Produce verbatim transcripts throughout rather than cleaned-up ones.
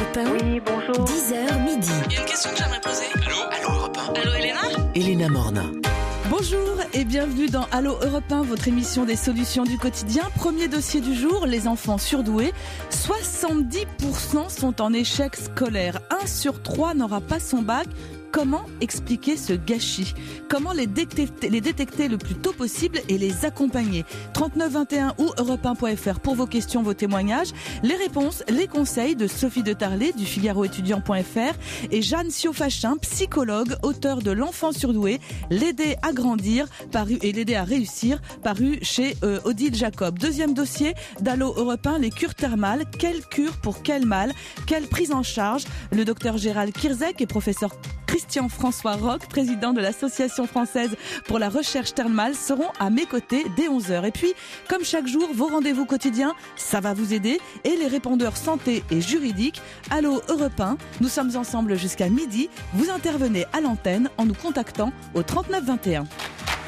Europe un. Oui, bonjour. dix heures midi. Il y a une question que j'aimerais poser. Allô Allô Europe un. Allô Elena Elena Morna. Bonjour et bienvenue dans Allo Europe un, votre émission des solutions du quotidien. Premier dossier du jour, les enfants surdoués. soixante-dix pour cent sont en échec scolaire. un sur trois n'aura pas son bac. Comment expliquer ce gâchis ? Comment les détecter, les détecter le plus tôt possible et les accompagner ? trente-neuf vingt et un ou europe un point f r pour vos questions, vos témoignages. Les réponses, les conseils de Sophie de Tarlet du Figaro Étudiant point f r et Jeanne Siofachin, psychologue, auteure de L'enfant surdoué, l'aider à grandir paru, et l'aider à réussir, paru chez euh, Odile Jacob. Deuxième dossier d'Allo Europe un, les cures thermales. Quelle cure pour quel mal ? Quelle prise en charge ? Le docteur Gérald Kirzek et professeur Christian François Roch, président de l'Association française pour la recherche thermale, seront à mes côtés dès onze heures. Et puis, comme chaque jour, vos rendez-vous quotidiens, ça va vous aider. Et les répondeurs santé et juridique. Allô Europe un, nous sommes ensemble jusqu'à midi. Vous intervenez à l'antenne en nous contactant au trente-neuf vingt et un.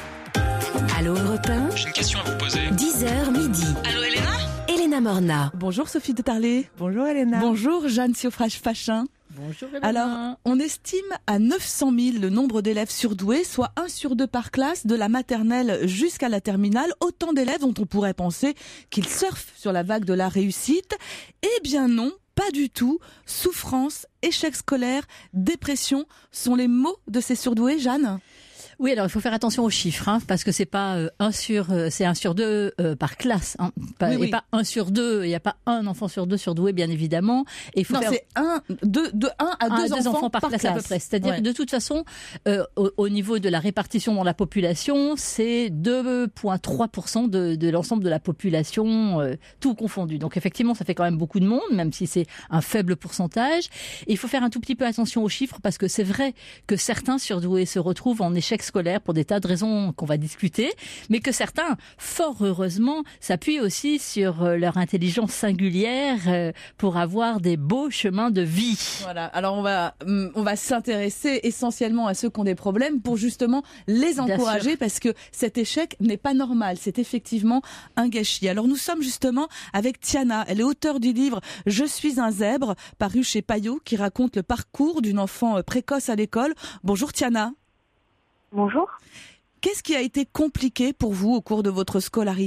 Allô Europe un. J'ai une question à vous poser. dix heures midi. Allô Elena Elena Morna. Bonjour Sophie de Tarlet. Bonjour Elena. Bonjour Jeanne Siofachin. Bonjour Elena. Alors, on estime à neuf cent mille le nombre d'élèves surdoués, soit un sur deux par classe, de la maternelle jusqu'à la terminale. Autant d'élèves dont on pourrait penser qu'ils surfent sur la vague de la réussite. Eh bien non, pas du tout. Souffrance, échec scolaire, dépression sont les mots de ces surdoués, Jeanne ? Oui, alors il faut faire attention aux chiffres, hein, parce que c'est pas euh, un sur, euh, c'est un sur deux euh, par classe, hein, pas, oui, et oui. pas un sur deux. Il n'y a pas un enfant sur deux surdoué, bien évidemment. Et il faut Non, faire c'est un, deux, de un à deux, un, deux enfants, enfants par, par classe, classe à peu près. C'est-à-dire ouais. que de toute façon, euh, au, au niveau de la répartition dans la population, c'est deux virgule trois pour cent de, de l'ensemble de la population, euh, tout confondu. Donc effectivement, ça fait quand même beaucoup de monde, même si c'est un faible pourcentage. Et il faut faire un tout petit peu attention aux chiffres, parce que c'est vrai que certains surdoués se retrouvent en échec scolaire pour des tas de raisons qu'on va discuter, mais que certains, fort heureusement, s'appuient aussi sur leur intelligence singulière pour avoir des beaux chemins de vie. Voilà. Alors on va on va s'intéresser essentiellement à ceux qui ont des problèmes pour justement les encourager, parce que cet échec n'est pas normal. C'est effectivement un gâchis. Alors nous sommes justement avec Tiana. Elle est auteure du livre Je suis un zèbre, paru chez Payot, qui raconte le parcours d'une enfant précoce à l'école. Bonjour Tiana. Bonjour. Qu'est-ce qui a été compliqué pour vous au cours de votre scolarité ?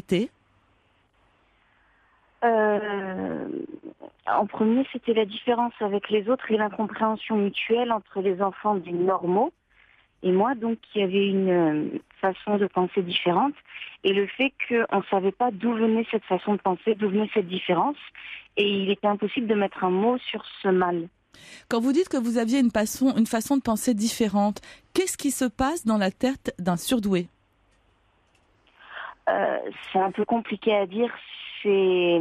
Euh, en premier, c'était la différence avec les autres et l'incompréhension mutuelle entre les enfants dits normaux et moi, donc qui avait une euh, façon de penser différente, et le fait qu'on ne savait pas d'où venait cette façon de penser, d'où venait cette différence, et il était impossible de mettre un mot sur ce mal. Quand vous dites que vous aviez une façon, une façon de penser différente, qu'est-ce qui se passe dans la tête d'un surdoué ? euh, C'est un peu compliqué à dire. C'est,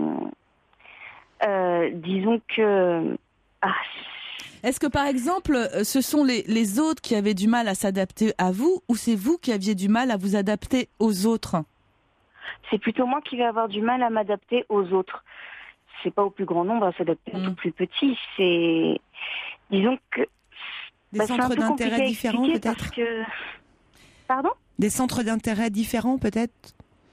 euh, disons que. Ah. Est-ce que par exemple, ce sont les, les autres qui avaient du mal à s'adapter à vous, ou c'est vous qui aviez du mal à vous adapter aux autres ? C'est plutôt moi qui vais avoir du mal à m'adapter aux autres. C'est pas au plus grand nombre à s'adapter mmh. au tout plus petit. C'est, disons que des bah, centres d'intérêt différents peut-être. Parce que... Pardon ? Des centres d'intérêt différents peut-être.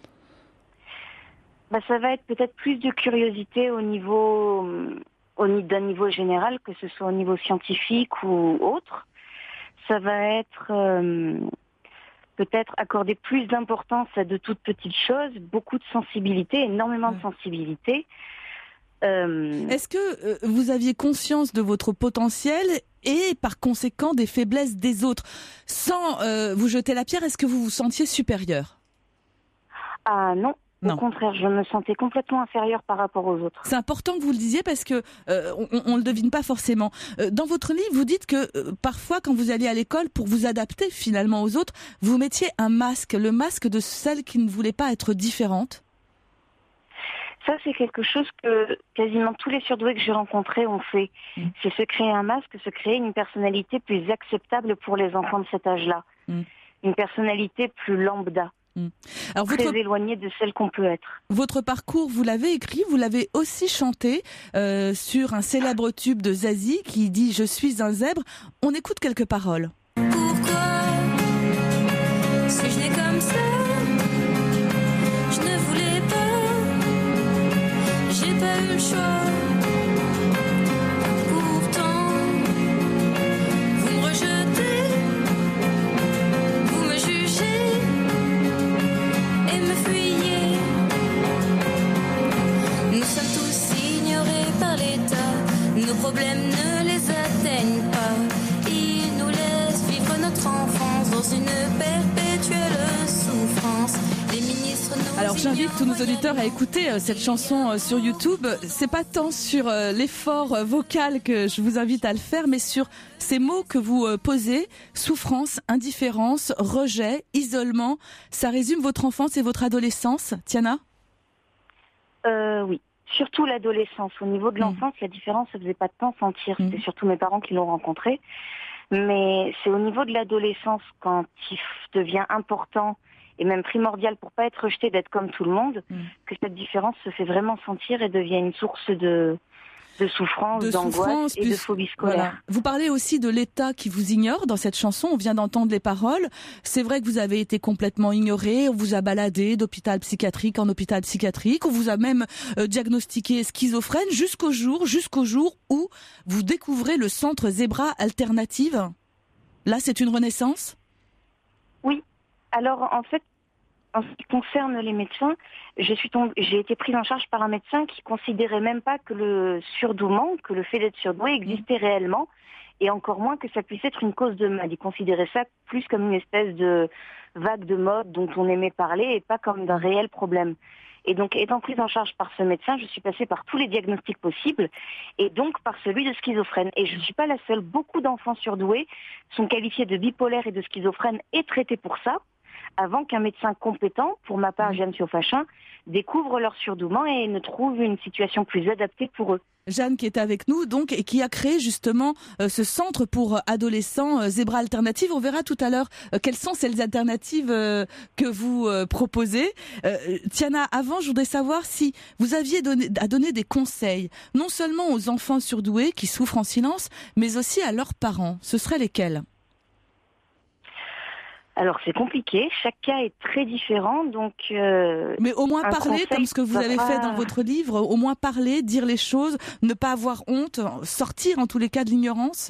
Bah, ça va être peut-être plus de curiosité au niveau, au d'un niveau général, que ce soit au niveau scientifique ou autre. Ça va être euh, peut-être accorder plus d'importance à de toutes petites choses, beaucoup de sensibilité, énormément mmh. de sensibilité. Euh... Est-ce que euh, vous aviez conscience de votre potentiel et par conséquent des faiblesses des autres ? Sans euh, vous jeter la pierre, est-ce que vous vous sentiez supérieur ? Ah non, non, au contraire, je me sentais complètement inférieure par rapport aux autres. C'est important que vous le disiez, parce que euh, on ne le devine pas forcément. Euh, dans votre livre, vous dites que euh, parfois quand vous alliez à l'école, pour vous adapter finalement aux autres, vous mettiez un masque, le masque de celle qui ne voulait pas être différente. Ça, c'est quelque chose que quasiment tous les surdoués que j'ai rencontrés ont fait. Mmh. C'est se créer un masque, se créer une personnalité plus acceptable pour les enfants de cet âge-là. Mmh. Une personnalité plus lambda. Mmh. Alors, très votre... éloignée de celle qu'on peut être. Votre parcours, vous l'avez écrit, vous l'avez aussi chanté euh, sur un célèbre tube de Zazie qui dit « Je suis un zèbre ». On écoute quelques paroles. Pourquoi suis-je né comme ça ? Je ne voulais pas, j'ai pas eu le choix. Alors j'invite tous nos auditeurs à écouter euh, cette chanson euh, sur YouTube. C'est pas tant sur euh, l'effort euh, vocal que je vous invite à le faire, mais sur ces mots que vous euh, posez: souffrance, indifférence, rejet, isolement. Ça résume votre enfance et votre adolescence, Tiana ? Euh, oui, surtout l'adolescence. Au niveau de l'enfance, mmh. la différence ne faisait pas tant sentir. Mmh. C'est surtout mes parents qui l'ont rencontré. Mais c'est au niveau de l'adolescence, quand il devient important et même primordial pour pas être rejeté, d'être comme tout le monde, mmh. que cette différence se fait vraiment sentir et devient une source de, de souffrance, de d'angoisse souffrance, et plus, de phobie scolaire. Voilà. Vous parlez aussi de l'État qui vous ignore dans cette chanson, on vient d'entendre les paroles. C'est vrai que vous avez été complètement ignoré, on vous a baladé d'hôpital psychiatrique en hôpital psychiatrique, on vous a même euh, diagnostiqué schizophrène jusqu'au jour, jusqu'au jour où vous découvrez le centre Zebra Alternative. Là, c'est une renaissance ? Oui. Alors, en fait, en ce qui concerne les médecins, je suis tombée, j'ai été prise en charge par un médecin qui considérait même pas que le surdouement, que le fait d'être surdoué existait réellement, et encore moins que ça puisse être une cause de mal. Il considérait ça plus comme une espèce de vague de mode dont on aimait parler et pas comme d'un réel problème. Et donc, étant prise en charge par ce médecin, je suis passée par tous les diagnostics possibles, et donc par celui de schizophrène. Et je ne suis pas la seule. Beaucoup d'enfants surdoués sont qualifiés de bipolaires et de schizophrènes et traités pour ça, avant qu'un médecin compétent, pour ma part Jeanne Siofachin, découvre leur surdouement et ne trouve une situation plus adaptée pour eux. Jeanne qui est avec nous donc et qui a créé justement euh, ce centre pour adolescents euh, Zebra Alternative. On verra tout à l'heure euh, quelles sont ces alternatives euh, que vous euh, proposez. Euh, Tiana, avant je voudrais savoir si vous aviez donné, à donner des conseils, non seulement aux enfants surdoués qui souffrent en silence, mais aussi à leurs parents. Ce seraient lesquels ? Alors c'est compliqué, chaque cas est très différent, donc... Euh, Mais au moins parler, comme ce que vous avez pas... fait dans votre livre, au moins parler, dire les choses, ne pas avoir honte, sortir en tous les cas de l'ignorance.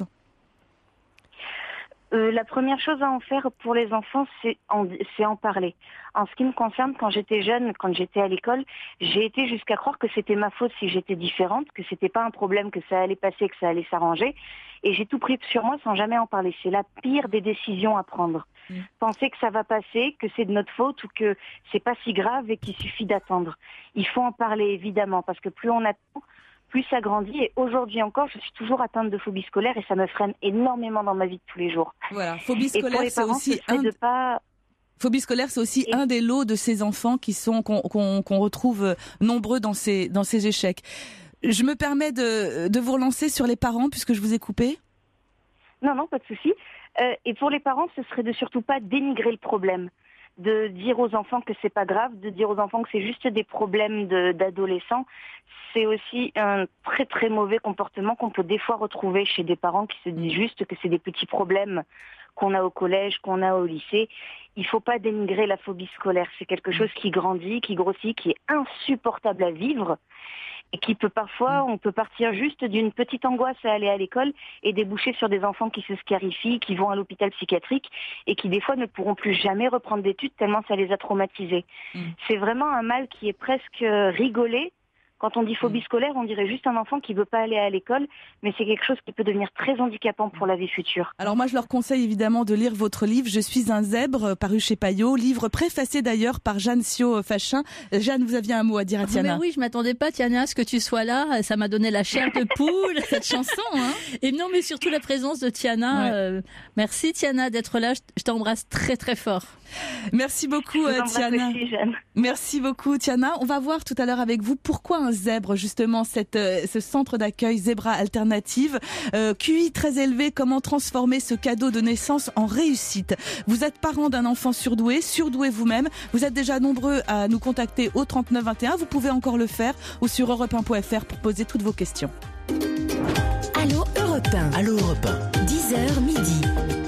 Euh, la première chose à en faire pour les enfants, c'est en, c'est en parler. En ce qui me concerne, quand j'étais jeune, quand j'étais à l'école, j'ai été jusqu'à croire que c'était ma faute si j'étais différente, que c'était pas un problème, que ça allait passer, que ça allait s'arranger. Et j'ai tout pris sur moi sans jamais en parler. C'est la pire des décisions à prendre. Mmh. Penser que ça va passer, que c'est de notre faute ou que c'est pas si grave et qu'il suffit d'attendre. Il faut en parler évidemment parce que plus on attend, plus ça grandit. Et aujourd'hui encore, je suis toujours atteinte de phobie scolaire et ça me freine énormément dans ma vie de tous les jours. Voilà, phobie scolaire, c'est parents, aussi un de pas... Phobie scolaire, c'est aussi et... un des lots de ces enfants qui sont qu'on, qu'on, qu'on retrouve nombreux dans ces dans ces échecs. Je me permets de de vous relancer sur les parents puisque je vous ai coupé. Non, non, pas de souci. Euh, et pour les parents, ce serait de surtout pas dénigrer le problème, de dire aux enfants que c'est pas grave, de dire aux enfants que c'est juste des problèmes de, d'adolescents. C'est aussi un très très mauvais comportement qu'on peut des fois retrouver chez des parents qui se disent juste que c'est des petits problèmes qu'on a au collège, qu'on a au lycée. Il faut pas dénigrer la phobie scolaire. C'est quelque chose qui grandit, qui grossit, qui est insupportable à vivre. Et qui peut parfois, on peut partir juste d'une petite angoisse à aller à l'école et déboucher sur des enfants qui se scarifient, qui vont à l'hôpital psychiatrique et qui des fois ne pourront plus jamais reprendre d'études tellement ça les a traumatisés. Mmh. C'est vraiment un mal qui est presque rigolé. Quand on dit phobie scolaire, on dirait juste un enfant qui veut pas aller à l'école, mais c'est quelque chose qui peut devenir très handicapant pour la vie future. Alors moi, je leur conseille évidemment de lire votre livre « Je suis un zèbre » paru chez Payot, livre préfacé d'ailleurs par Jeanne Siofachin. Jeanne, vous aviez un mot à dire à Tiana ? Mais oui, je m'attendais pas, Tiana, à ce que tu sois là. Ça m'a donné la chair de poule, cette chanson. Hein. Et non, mais surtout la présence de Tiana. Ouais. Euh, merci Tiana d'être là. Je t'embrasse très très fort. Merci beaucoup Tiana. Aussi, Jeanne. Merci beaucoup Tiana. On va voir tout à l'heure avec vous pourquoi un zèbre, justement, cette, euh, ce centre d'accueil Zebra Alternative. Euh, Q I très élevé, comment transformer ce cadeau de naissance en réussite. Vous êtes parent d'un enfant surdoué, surdoué vous-même. Vous êtes déjà nombreux à nous contacter au trente-neuf vingt et un. Vous pouvez encore le faire ou sur europe un point f r pour poser toutes vos questions. Allô Europe un. Allô Europe un. dix heures midi.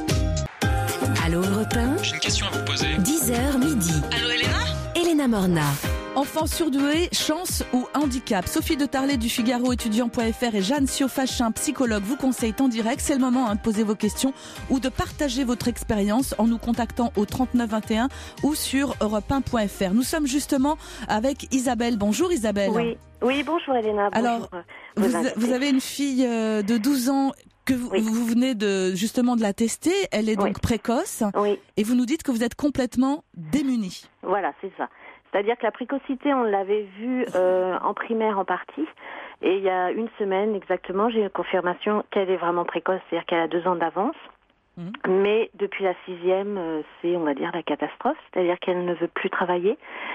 Allô Europe un. J'ai une question à vous poser. dix heures midi. Allô Elena. Elena Morna. Enfants surdoués, chance ou handicap. Sophie de Tarlet du Figaro étudiant point f r et Jeanne Siofachin, psychologue, vous conseillent en direct. C'est le moment hein, de poser vos questions ou de partager votre expérience en nous contactant au trente-neuf vingt et un ou sur europe un point f r. Nous sommes justement avec Isabelle. Bonjour Isabelle. Oui, oui bonjour Elena. Bonjour. Alors, vous, vous avez une fille de douze ans que vous, oui. vous venez de justement de la tester. Elle est donc oui. précoce. Oui. Et vous nous dites que vous êtes complètement démunie. Voilà, c'est ça. C'est-à-dire que la précocité, on l'avait vu euh, en primaire en partie. Et il y a une semaine exactement, j'ai eu confirmation qu'elle est vraiment précoce, c'est-à-dire qu'elle a deux ans d'avance. Mmh. Mais depuis la sixième, euh, c'est, on va dire, la catastrophe. C'est-à-dire qu'elle ne veut plus travailler.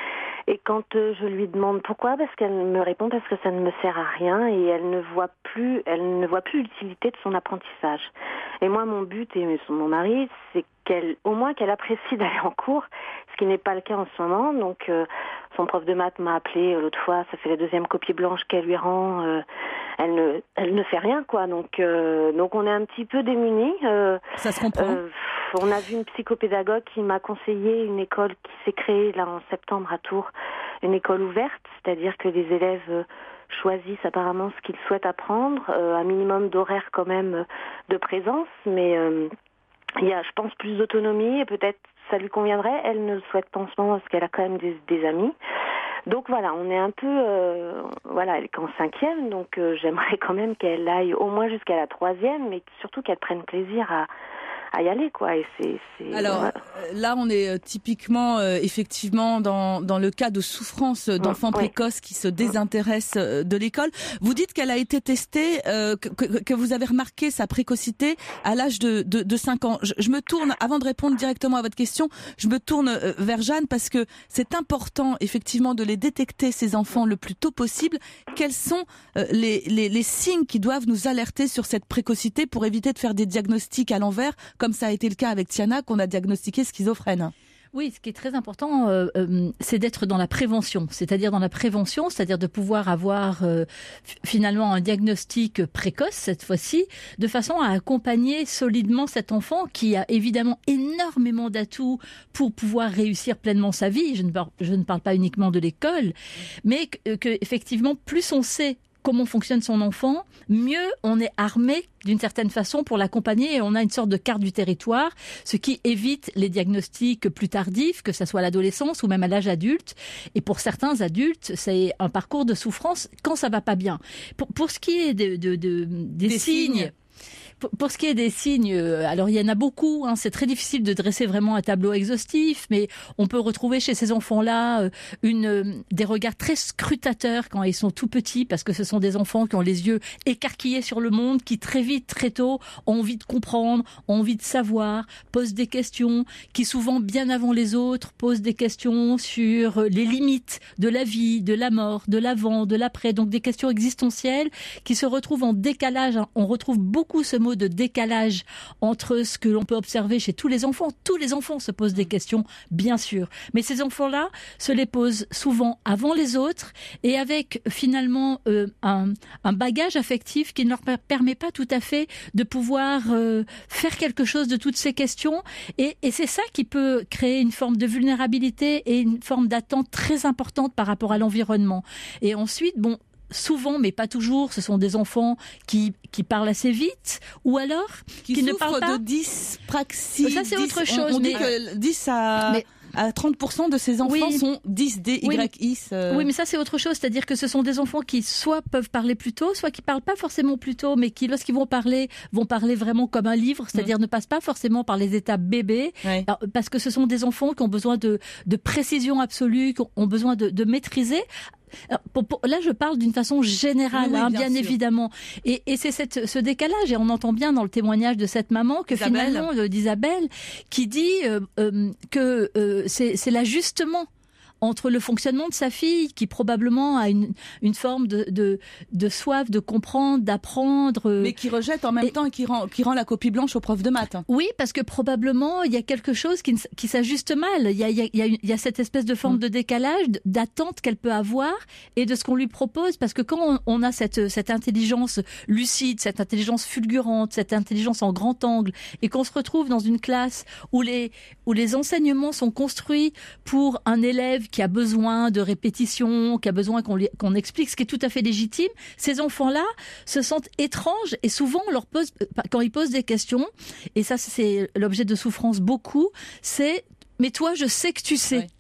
Et quand euh, je lui demande pourquoi, parce qu'elle me répond parce que ça ne me sert à rien et elle ne voit plus, elle ne voit plus l'utilité de son apprentissage. Et moi, mon but et mon mari, c'est qu'elle, au moins qu'elle apprécie d'aller en cours, ce qui n'est pas le cas en ce moment. Donc, euh, son prof de maths m'a appelé l'autre fois, ça fait la deuxième copie blanche qu'elle lui rend. Euh, elle ne, elle ne fait rien, quoi. Donc, euh, donc on est un petit peu démunis. Euh, ça se comprend. Euh, on a vu une psychopédagogue qui m'a conseillé une école qui s'est créée là en septembre à Tours, une école ouverte, c'est-à-dire que les élèves choisissent apparemment ce qu'ils souhaitent apprendre, euh, un minimum d'horaire quand même de présence, mais euh, il y a, je pense, plus d'autonomie et peut-être ça lui conviendrait. Elle ne le souhaite pas en ce moment parce qu'elle a quand même des, des amis. Donc voilà, on est un peu, euh, voilà, elle est qu'en cinquième, donc euh, j'aimerais quand même qu'elle aille au moins jusqu'à la troisième, mais surtout qu'elle prenne plaisir à à y aller, quoi. Et c'est, c'est alors voilà. Là, on est typiquement euh, effectivement dans dans le cas de souffrance d'enfants oui. précoces qui se désintéressent de l'école. Vous dites qu'elle a été testée, euh, que, que, que vous avez remarqué sa précocité à l'âge de de, de cinq ans. Je, je me tourne, avant de répondre directement à votre question, je me tourne vers Jeanne parce que c'est important effectivement de les détecter, ces enfants, le plus tôt possible. Quels sont euh, les, les les signes qui doivent nous alerter sur cette précocité pour éviter de faire des diagnostics à l'envers, comme ça a été le cas avec Tiana, qu'on a diagnostiqué schizophrène? Oui, ce qui est très important, euh, euh, c'est d'être dans la prévention, c'est-à-dire dans la prévention, c'est-à-dire de pouvoir avoir euh, f- finalement un diagnostic précoce cette fois-ci, de façon à accompagner solidement cet enfant qui a évidemment énormément d'atouts pour pouvoir réussir pleinement sa vie. Je ne parle, je ne parle pas uniquement de l'école, mais que, que effectivement, plus on sait comment fonctionne son enfant, mieux on est armé d'une certaine façon pour l'accompagner et on a une sorte de carte du territoire, ce qui évite les diagnostics plus tardifs, que ce soit à l'adolescence ou même à l'âge adulte. Et pour certains adultes, c'est un parcours de souffrance quand ça va pas bien. Pour, pour ce qui est de, de, de, des, des signes... signes. Pour ce qui est des signes, alors il y en a beaucoup, hein, c'est très difficile de dresser vraiment un tableau exhaustif, mais on peut retrouver chez ces enfants-là une, des regards très scrutateurs quand ils sont tout petits, parce que ce sont des enfants qui ont les yeux écarquillés sur le monde, qui très vite, très tôt, ont envie de comprendre, ont envie de savoir, posent des questions, qui souvent, bien avant les autres, posent des questions sur les limites de la vie, de la mort, de l'avant, de l'après, donc des questions existentielles qui se retrouvent en décalage. On retrouve beaucoup ce mot de décalage entre ce que l'on peut observer chez tous les enfants. Tous les enfants se posent des questions, bien sûr. Mais ces enfants-là se les posent souvent avant les autres et avec finalement euh, un, un bagage affectif qui ne leur permet pas tout à fait de pouvoir euh, faire quelque chose de toutes ces questions. Et, et c'est ça qui peut créer une forme de vulnérabilité et une forme d'attente très importante par rapport à l'environnement. Et ensuite, bon, souvent, mais pas toujours, ce sont des enfants qui qui parlent assez vite, ou alors qui, qui ne parlent pas. De dyspraxie. Ça c'est dix, autre chose. On, on mais... dit que dix à mais... à trente pour cent de ces enfants oui. sont dys, D Y S. Euh... Oui, mais ça c'est autre chose, c'est-à-dire que ce sont des enfants qui soit peuvent parler plus tôt, soit qui parlent pas forcément plus tôt, mais qui lorsqu'ils vont parler, vont parler vraiment comme un livre, c'est-à-dire mmh. ne passent pas forcément par les étapes bébé, ouais. alors, parce que ce sont des enfants qui ont besoin de de précision absolue, qui ont besoin de, de maîtriser. Alors, pour, pour, là, je parle d'une façon générale, oui, oui, hein, bien, bien évidemment. Et, et c'est cette, ce décalage, et on entend bien dans le témoignage de cette maman que Isabelle. finalement, euh, d'Isabelle, qui dit euh, euh, que euh, c'est, c'est l'ajustement entre le fonctionnement de sa fille, qui probablement a une, une forme de, de, de soif de comprendre, d'apprendre. Mais qui rejette en même et, temps et qui rend, qui rend la copie blanche au prof de maths. Oui, parce que probablement, il y a quelque chose qui, qui s'ajuste mal. Il y a, il y a, il y a cette espèce de forme mmh. de décalage, d'attente qu'elle peut avoir et de ce qu'on lui propose. Parce que quand on, on a cette, cette intelligence lucide, cette intelligence fulgurante, cette intelligence en grand angle, et qu'on se retrouve dans une classe où les, où les enseignements sont construits pour un élève qui a besoin de répétition, qui a besoin qu'on, lui, qu'on explique, ce qui est tout à fait légitime, ces enfants-là se sentent étranges et souvent on leur pose, quand ils posent des questions, et ça c'est l'objet de souffrance beaucoup, c'est « mais toi je sais que tu sais ».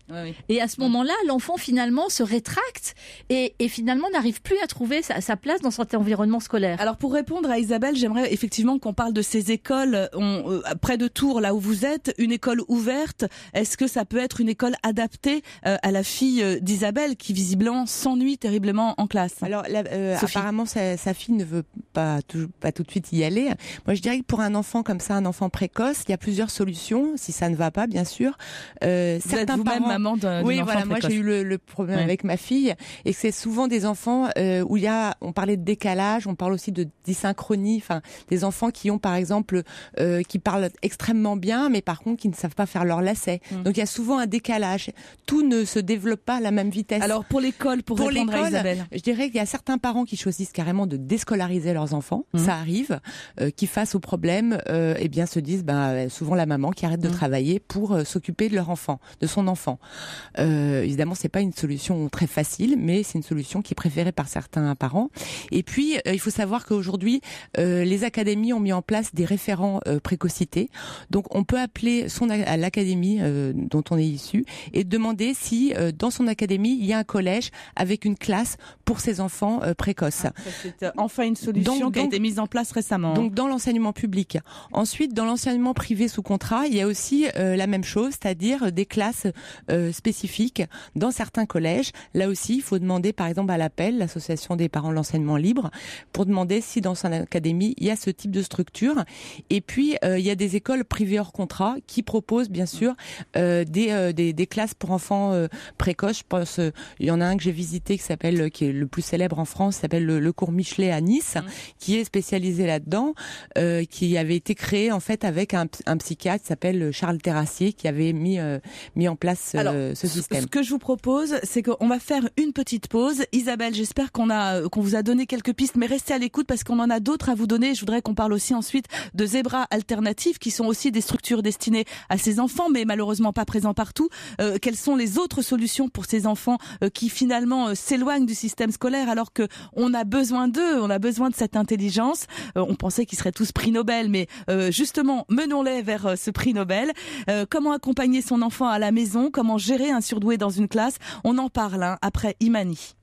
Oui, oui. Et à ce moment-là, l'enfant finalement se rétracte et, et finalement n'arrive plus à trouver sa, sa place dans cet environnement scolaire. Alors pour répondre à Isabelle, j'aimerais effectivement qu'on parle de ces écoles on, euh, près de Tours, là où vous êtes, une école ouverte. Est-ce que ça peut être une école adaptée euh, à la fille euh, d'Isabelle qui visiblement s'ennuie terriblement en classe? Alors la, euh, apparemment sa, sa fille ne veut pas tout, pas tout de suite y aller. Moi je dirais que pour un enfant comme ça, un enfant précoce, il y a plusieurs solutions, si ça ne va pas bien sûr. Euh, vous certains êtes vous-même parents... maman d'un Oui, enfant voilà, précoce. moi j'ai eu le, le problème Ouais. avec ma fille et que c'est souvent des enfants euh, où il y a, on parlait de décalage, on parle aussi de dysynchronie, enfin des enfants qui ont par exemple, euh, qui parlent extrêmement bien mais par contre qui ne savent pas faire leur lacet. Mmh. Donc il y a souvent un décalage. Tout ne se développe pas à la même vitesse. Alors pour l'école, pour, pour répondre l'école, à Isabelle, je dirais qu'il y a certains parents qui choisissent carrément de déscolariser leurs enfants. Mmh. Ça arrive, euh, qui face au problème, euh, eh bien se disent, bah souvent la maman qui arrête de mmh. travailler pour euh, s'occuper de leur enfant, de son enfant. Euh, évidemment, c'est pas une solution très facile, mais c'est une solution qui est préférée par certains parents. Et puis, euh, il faut savoir qu'aujourd'hui, euh, les académies ont mis en place des référents euh, précocité. Donc, on peut appeler son à l'académie euh, dont on est issu et demander si euh, dans son académie il y a un collège avec une classe pour ses enfants euh, précoces. Ah, ça, c'est euh, enfin une solution donc, qui a donc, été mise en place récemment. Donc, dans l'enseignement public. Ensuite, dans l'enseignement privé sous contrat, il y a aussi euh, la même chose, c'est-à-dire des classes euh, spécifiques dans certains collèges. Là aussi, il faut demander par exemple à l'Appel, l'association des parents de l'enseignement libre, pour demander si dans son académie il y a ce type de structure. Et puis euh, il y a des écoles privées hors contrat qui proposent bien sûr euh, des, euh, des des classes pour enfants euh, précoces. Je pense euh, il y en a un que j'ai visité qui s'appelle, qui est le plus célèbre en France, qui s'appelle le, le cours Michelet à Nice, mmh. qui est spécialisé là-dedans, euh, qui avait été créé en fait avec un, un psychiatre qui s'appelle Charles Terrassier, qui avait mis euh, mis en place euh, Alors, ce système. Ce que je vous propose, c'est qu'on va faire une petite pause. Isabelle, j'espère qu'on a qu'on vous a donné quelques pistes, mais restez à l'écoute parce qu'on en a d'autres à vous donner. Je voudrais qu'on parle aussi ensuite de Zebra Alternatives, qui sont aussi des structures destinées à ces enfants, mais malheureusement pas présents partout. Euh, quelles sont les autres solutions pour ces enfants euh, qui finalement euh, s'éloignent du système scolaire alors que on a besoin d'eux, on a besoin de cette intelligence. Euh, on pensait qu'ils seraient tous prix Nobel, mais euh, justement, menons-les vers euh, ce prix Nobel. Euh, comment accompagner son enfant à la maison? Comment gérer un surdoué dans une classe? On en parle hein, après Imani.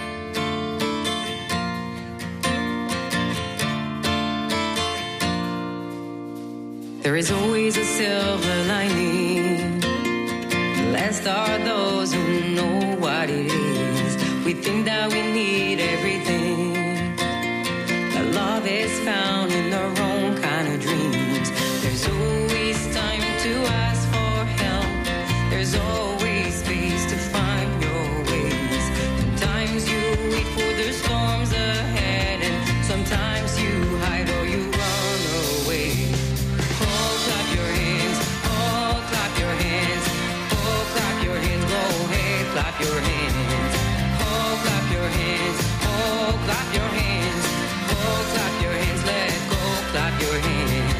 There is always a silver lining. Blessed are those who know what it is. We think that we need everything, but love is found in the wrong kind of dreams. There's always time to ask for help. There's always space to find your ways. Sometimes you wait for the storms ahead, and sometimes you hide or you run away. Oh, clap your hands, oh, clap your hands, oh, clap your hands, go ahead, clap your hands. Oh, clap your hands, oh, clap your hands, oh, clap your hands, let go, clap your hands.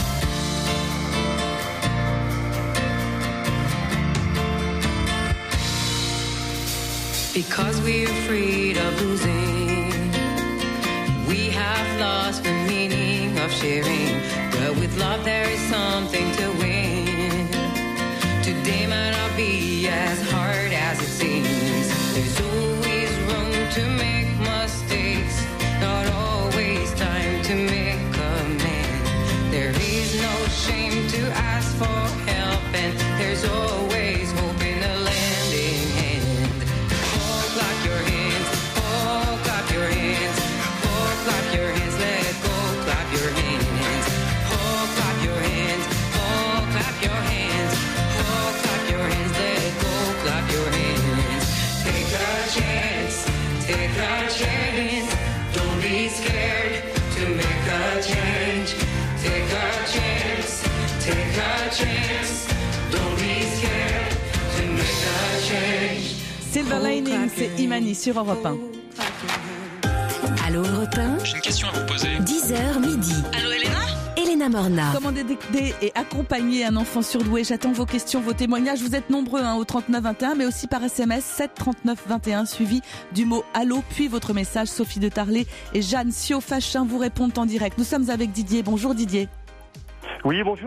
Because we're afraid of losing, we have lost the meaning of sharing. But with love there is something to win. Today might not be as hard as it seems. There's always room to make mistakes, not always time to make amends. There is no shame to ask for help, and there's always hope in a landing hand. Oh, clap your hands, oh, clap your hands, oh, clap your hands, let go, clap your hands. Oh, clap your hands, oh, clap your hands, oh, clap your hands, let go, clap your hands. Take a chance, take a chance, don't be scared to make a change. Take a chance, take a chance, don't be scared to make a change. Silver Lining, c'est Imani sur Europe un. Allô Europe un. J'ai une question à vous poser. dix heures midi. Allô Elena? Elena Morna. Comment détecter et accompagner un enfant surdoué? J'attends vos questions, vos témoignages. Vous êtes nombreux hein, au trente-neuf vingt et un, mais aussi par S M S sept trente-neuf vingt et un, suivi du mot Allô, puis votre message. Sophie de Tarlet et Jeanne Siofachin vous répondent en direct. Nous sommes avec Didier. Bonjour Didier. Oui, bonjour.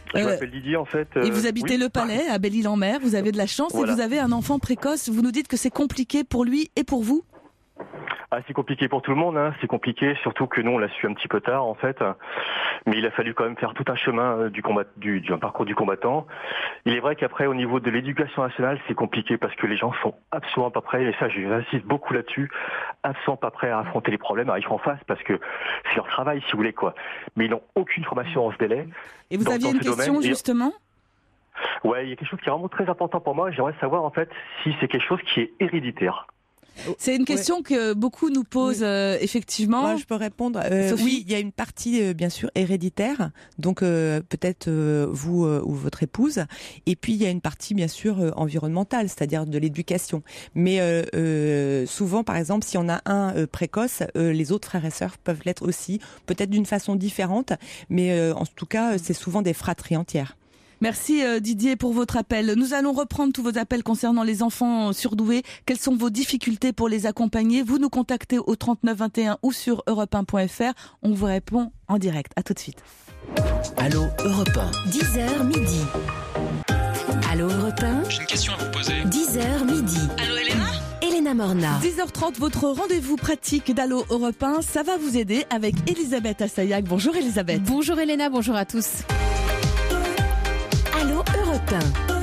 Je Euh, m'appelle Didier, en fait. Et euh, vous habitez oui. le Palais, à Belle-Île-en-Mer. Vous avez de la chance Voilà. et vous avez un enfant précoce. Vous nous dites que c'est compliqué pour lui et pour vous. Ah, c'est compliqué pour tout le monde, hein. C'est compliqué, surtout que nous, on l'a su un petit peu tard, en fait. Mais il a fallu quand même faire tout un chemin euh, du combat, du, du un parcours du combattant. Il est vrai qu'après, au niveau de l'éducation nationale, c'est compliqué parce que les gens sont absolument pas prêts, et ça, j'insiste beaucoup là-dessus, absolument pas prêts à affronter les problèmes. Alors, ils font face parce que c'est leur travail, si vous voulez, quoi. Mais ils n'ont aucune formation en ce délai. Et vous dans- aviez dans une ce question, domaine. Et- justement. Ouais, il y a quelque chose qui est vraiment très important pour moi. J'aimerais savoir, en fait, si c'est quelque chose qui est héréditaire. C'est une question que beaucoup nous posent, Oui. euh, effectivement. Moi, je peux répondre. Euh, Sophie ? oui, il y a une partie, euh, bien sûr, héréditaire. Donc, euh, peut-être euh, vous euh, ou votre épouse. Et puis, il y a une partie, bien sûr, euh, environnementale, c'est-à-dire de l'éducation. Mais euh, euh, souvent, par exemple, si on a un euh, précoce, euh, les autres frères et sœurs peuvent l'être aussi, peut-être d'une façon différente. Mais euh, en tout cas, c'est souvent des fratries entières. Merci euh, Didier pour votre appel. Nous allons reprendre tous vos appels concernant les enfants surdoués. Quelles sont vos difficultés pour les accompagner? Vous nous contactez au trente-neuf vingt et un ou sur europe un point f r. On vous répond en direct. À tout de suite. Allô Europe un. dix heures midi. Allô Europe un, J'ai une question à vous poser. dix heures midi. Allô Elena Elena Morna. dix heures trente, votre rendez-vous pratique d'Allo Europe un, ça va vous aider avec Elisabeth Assayag. Bonjour Elisabeth. Bonjour Elena, bonjour à tous. Allô Europe un.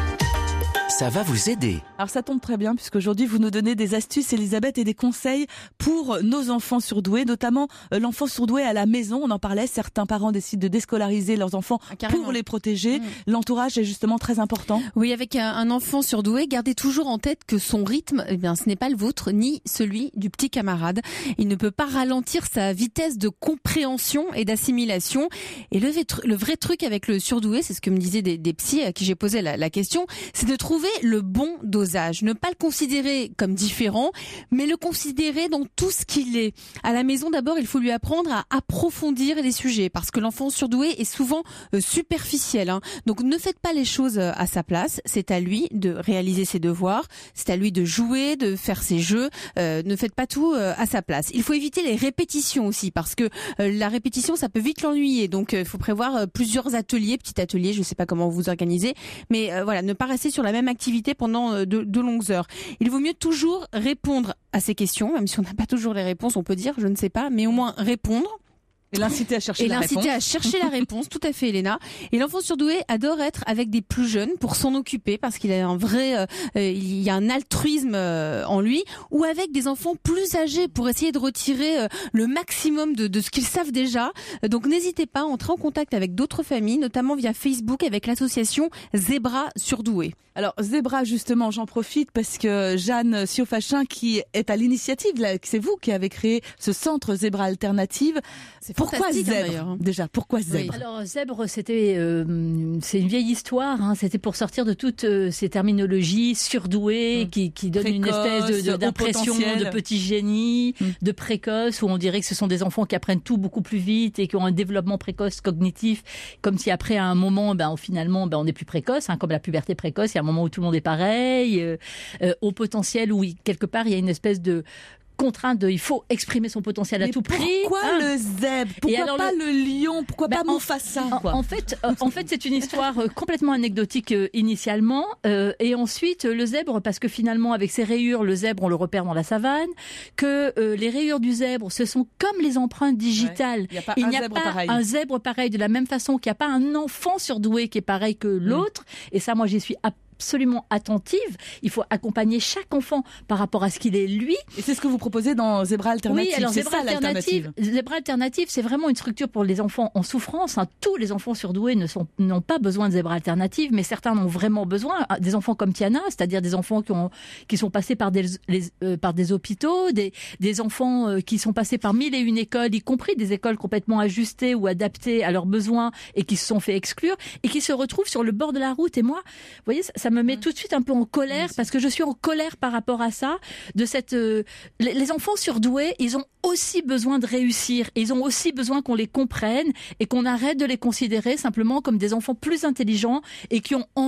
Ça va vous aider. Alors ça tombe très bien puisque aujourd'hui vous nous donnez des astuces Elisabeth et des conseils pour nos enfants surdoués, notamment euh, l'enfant surdoué à la maison. On en parlait, certains parents décident de déscolariser leurs enfants Ah, carrément. pour les protéger. Mmh. L'entourage est justement très important. Oui, avec un, un enfant surdoué, gardez toujours en tête que son rythme, eh bien, ce n'est pas le vôtre, ni celui du petit camarade. Il ne peut pas ralentir sa vitesse de compréhension et d'assimilation. Et le, vrai- le vrai truc avec le surdoué, c'est ce que me disaient des, des psys à qui j'ai posé la, la question, c'est de trouver le bon dosage. Ne pas le considérer comme différent, mais le considérer dans tout ce qu'il est. À la maison, d'abord, il faut lui apprendre à approfondir les sujets, parce que l'enfant surdoué est souvent euh, superficiel, hein. Donc ne faites pas les choses euh, à sa place. C'est à lui de réaliser ses devoirs, c'est à lui de jouer, de faire ses jeux. Euh, ne faites pas tout euh, à sa place. Il faut éviter les répétitions aussi, parce que euh, la répétition, ça peut vite l'ennuyer. Donc il euh, faut prévoir euh, plusieurs ateliers, petits ateliers, je ne sais pas comment vous organisez, mais euh, voilà, ne pas rester sur la même activité pendant euh, de, de longues heures. Il vaut mieux toujours répondre à ces questions, même si on n'a pas toujours les réponses, on peut dire, je ne sais pas, mais au moins répondre. Et l'inciter à chercher Et la l'inciter réponse. à chercher la réponse, tout à fait, Elena. Et l'enfant surdoué adore être avec des plus jeunes pour s'en occuper, parce qu'il a un vrai, euh, il y a un altruisme euh, en lui, ou avec des enfants plus âgés pour essayer de retirer euh, le maximum de, de ce qu'ils savent déjà. Donc n'hésitez pas à entrer en contact avec d'autres familles, notamment via Facebook avec l'association Zebra Surdoué. Alors Zebra, justement, j'en profite parce que Jeanne Siofachin, qui est à l'initiative, là, c'est vous qui avez créé ce centre Zebra Alternative. C'est Pourquoi fantastique, hein, Zèbre d'ailleurs. Déjà, pourquoi Zèbre? Alors Zèbre, c'était, euh, c'est une vieille histoire. Hein, c'était pour sortir de toutes euh, ces terminologies surdouées Mmh. qui, qui donnent une Précoce, espèce de, de- haut d'impression potentiel. de petit génie, Mmh. de précoce, où on dirait que ce sont des enfants qui apprennent tout beaucoup plus vite et qui ont un développement précoce cognitif, comme si après à un moment, ben finalement, ben on est plus précoce, hein, comme la puberté précoce. Il y a un moment où tout le monde est pareil, euh, euh, au potentiel où il- quelque part il y a une espèce de contrainte de il faut exprimer son potentiel à Mais tout prix. pourquoi hein. le zèbre? Pourquoi alors pas le, lion? Pourquoi Ben, pas en- Mufasa, En, quoi? en fait, euh, en fait, c'est une histoire euh, complètement anecdotique euh, initialement, euh, et ensuite euh, le zèbre, parce que finalement, avec ses rayures, le zèbre, on le repère dans la savane, que euh, les rayures du zèbre, ce sont comme les empreintes digitales. Il n'y a pas Il un n'y a zèbre pas pareil. un zèbre pareil, de la même façon qu'il n'y a pas un enfant surdoué qui est pareil que l'autre. Et ça, moi, j'y suis absolument attentive. Il faut accompagner chaque enfant par rapport à ce qu'il est lui. Et c'est ce que vous proposez dans Zebra Alternative. Oui, alors c'est Zebra ça l'alternative. Alternative, Zebra Alternative, c'est vraiment une structure pour les enfants en souffrance. Hein. Tous les enfants surdoués ne sont, n'ont pas besoin de Zebra Alternative, mais certains en ont vraiment besoin. Des enfants comme Tiana, c'est-à-dire des enfants qui ont, qui sont passés par des, les, euh, par des hôpitaux, des, des enfants euh, qui sont passés par mille et une écoles, y compris des écoles complètement ajustées ou adaptées à leurs besoins et qui se sont fait exclure et qui se retrouvent sur le bord de la route. Et moi, vous voyez, ça, ça me met tout de suite un peu en colère, parce que je suis en colère par rapport à ça, de cette, euh, les, les enfants surdoués, ils ont aussi besoin de réussir, ils ont aussi besoin qu'on les comprenne et qu'on arrête de les considérer simplement comme des enfants plus intelligents et qui ont en eux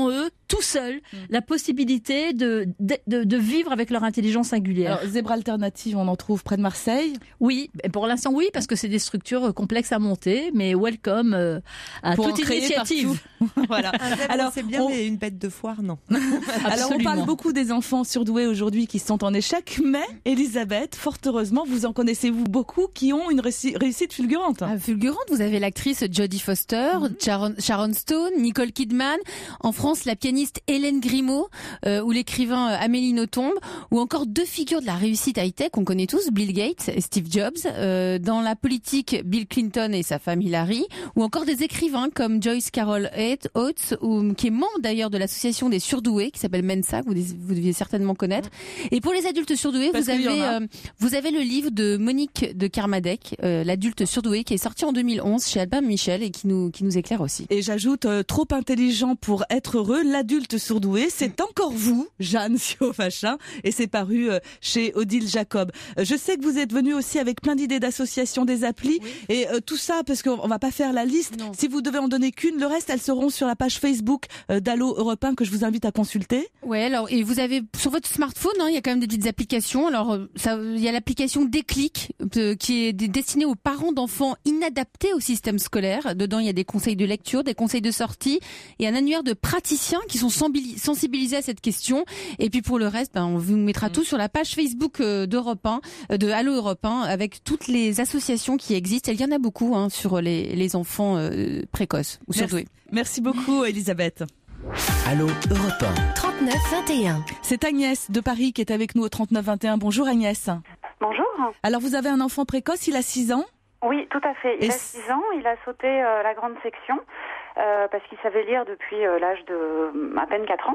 tout seuls mmh. la possibilité de, de, de, de vivre avec leur intelligence singulière. Alors, Zèbre Alternative, on en trouve près de Marseille ? Oui, pour l'instant oui, parce que c'est des structures complexes à monter, mais welcome euh, à pour toute initiative. Voilà. Alors c'est bien, on... mais une bête de foire, non. Alors on parle beaucoup des enfants surdoués aujourd'hui qui sont en échec, mais Elisabeth, fort heureusement, vous en connaissez-vous beaucoup qui ont une réussi- réussite fulgurante. Ah, fulgurante, vous avez l'actrice Jodie Foster, mm-hmm. Sharon, Sharon Stone, Nicole Kidman, en France la pianiste Hélène Grimaud euh, ou l'écrivain Amélie Nothomb, ou encore deux figures de la réussite high-tech qu'on connaît tous, Bill Gates et Steve Jobs, euh, dans la politique Bill Clinton et sa femme Hillary, ou encore des écrivains comme Joyce Carol Oates, ou, qui est membre d'ailleurs de l'association des surdoués, qui s'appelle Mensa, que vous, vous deviez certainement connaître. Et pour les adultes surdoués, vous avez, euh, vous avez le livre de Monique de Kermadec, euh, l'adulte surdoué, qui est sorti en deux mille onze chez Albin Michel et qui nous, qui nous éclaire aussi. Et j'ajoute, euh, trop intelligent pour être heureux, l'adulte surdoué, c'est encore vous, Jeanne Siofachin, et c'est paru euh, chez Odile Jacob. Euh, je sais que vous êtes venu aussi avec plein d'idées d'associations, des applis, oui. et euh, tout ça, parce qu'on va pas faire la liste. Non. Si vous devez en donner qu'une, le reste, elles seront sur la page Facebook euh, d'Allo Europe un que je vous invite à consulter. Ouais, alors et vous avez sur votre smartphone, hein, il y a quand même des petites applications. Alors ça, il y a l'application Déclic euh, qui est destinée aux parents d'enfants inadaptés au système scolaire. Dedans, il y a des conseils de lecture, des conseils de sortie et un annuaire de praticiens qui sont sensibilisés à cette question. Et puis pour le reste, ben, on vous mettra mmh. tout sur la page Facebook euh, d'Europe un, euh, de Allo Europe un, avec toutes les associations qui existent. Et il y en a beaucoup hein, sur les, les enfants euh, précoces ou surdoués. Merci beaucoup, Elisabeth. Allo Europe un. trente-neuf vingt et un. C'est Agnès de Paris qui est avec nous au trente-neuf vingt et un. Bonjour Agnès. Bonjour. Alors vous avez un enfant précoce, il a six ans ? Oui, tout à fait. Il Et a six ans, il a sauté euh, la grande section euh, parce qu'il savait lire depuis euh, l'âge de euh, à peine quatre ans.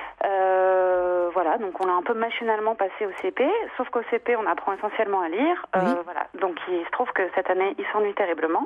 Euh, voilà, donc on l'a un peu machinalement passé au C P, sauf qu'au C P on apprend essentiellement à lire. Euh, oui. Voilà, donc il se trouve que cette année il s'ennuie terriblement.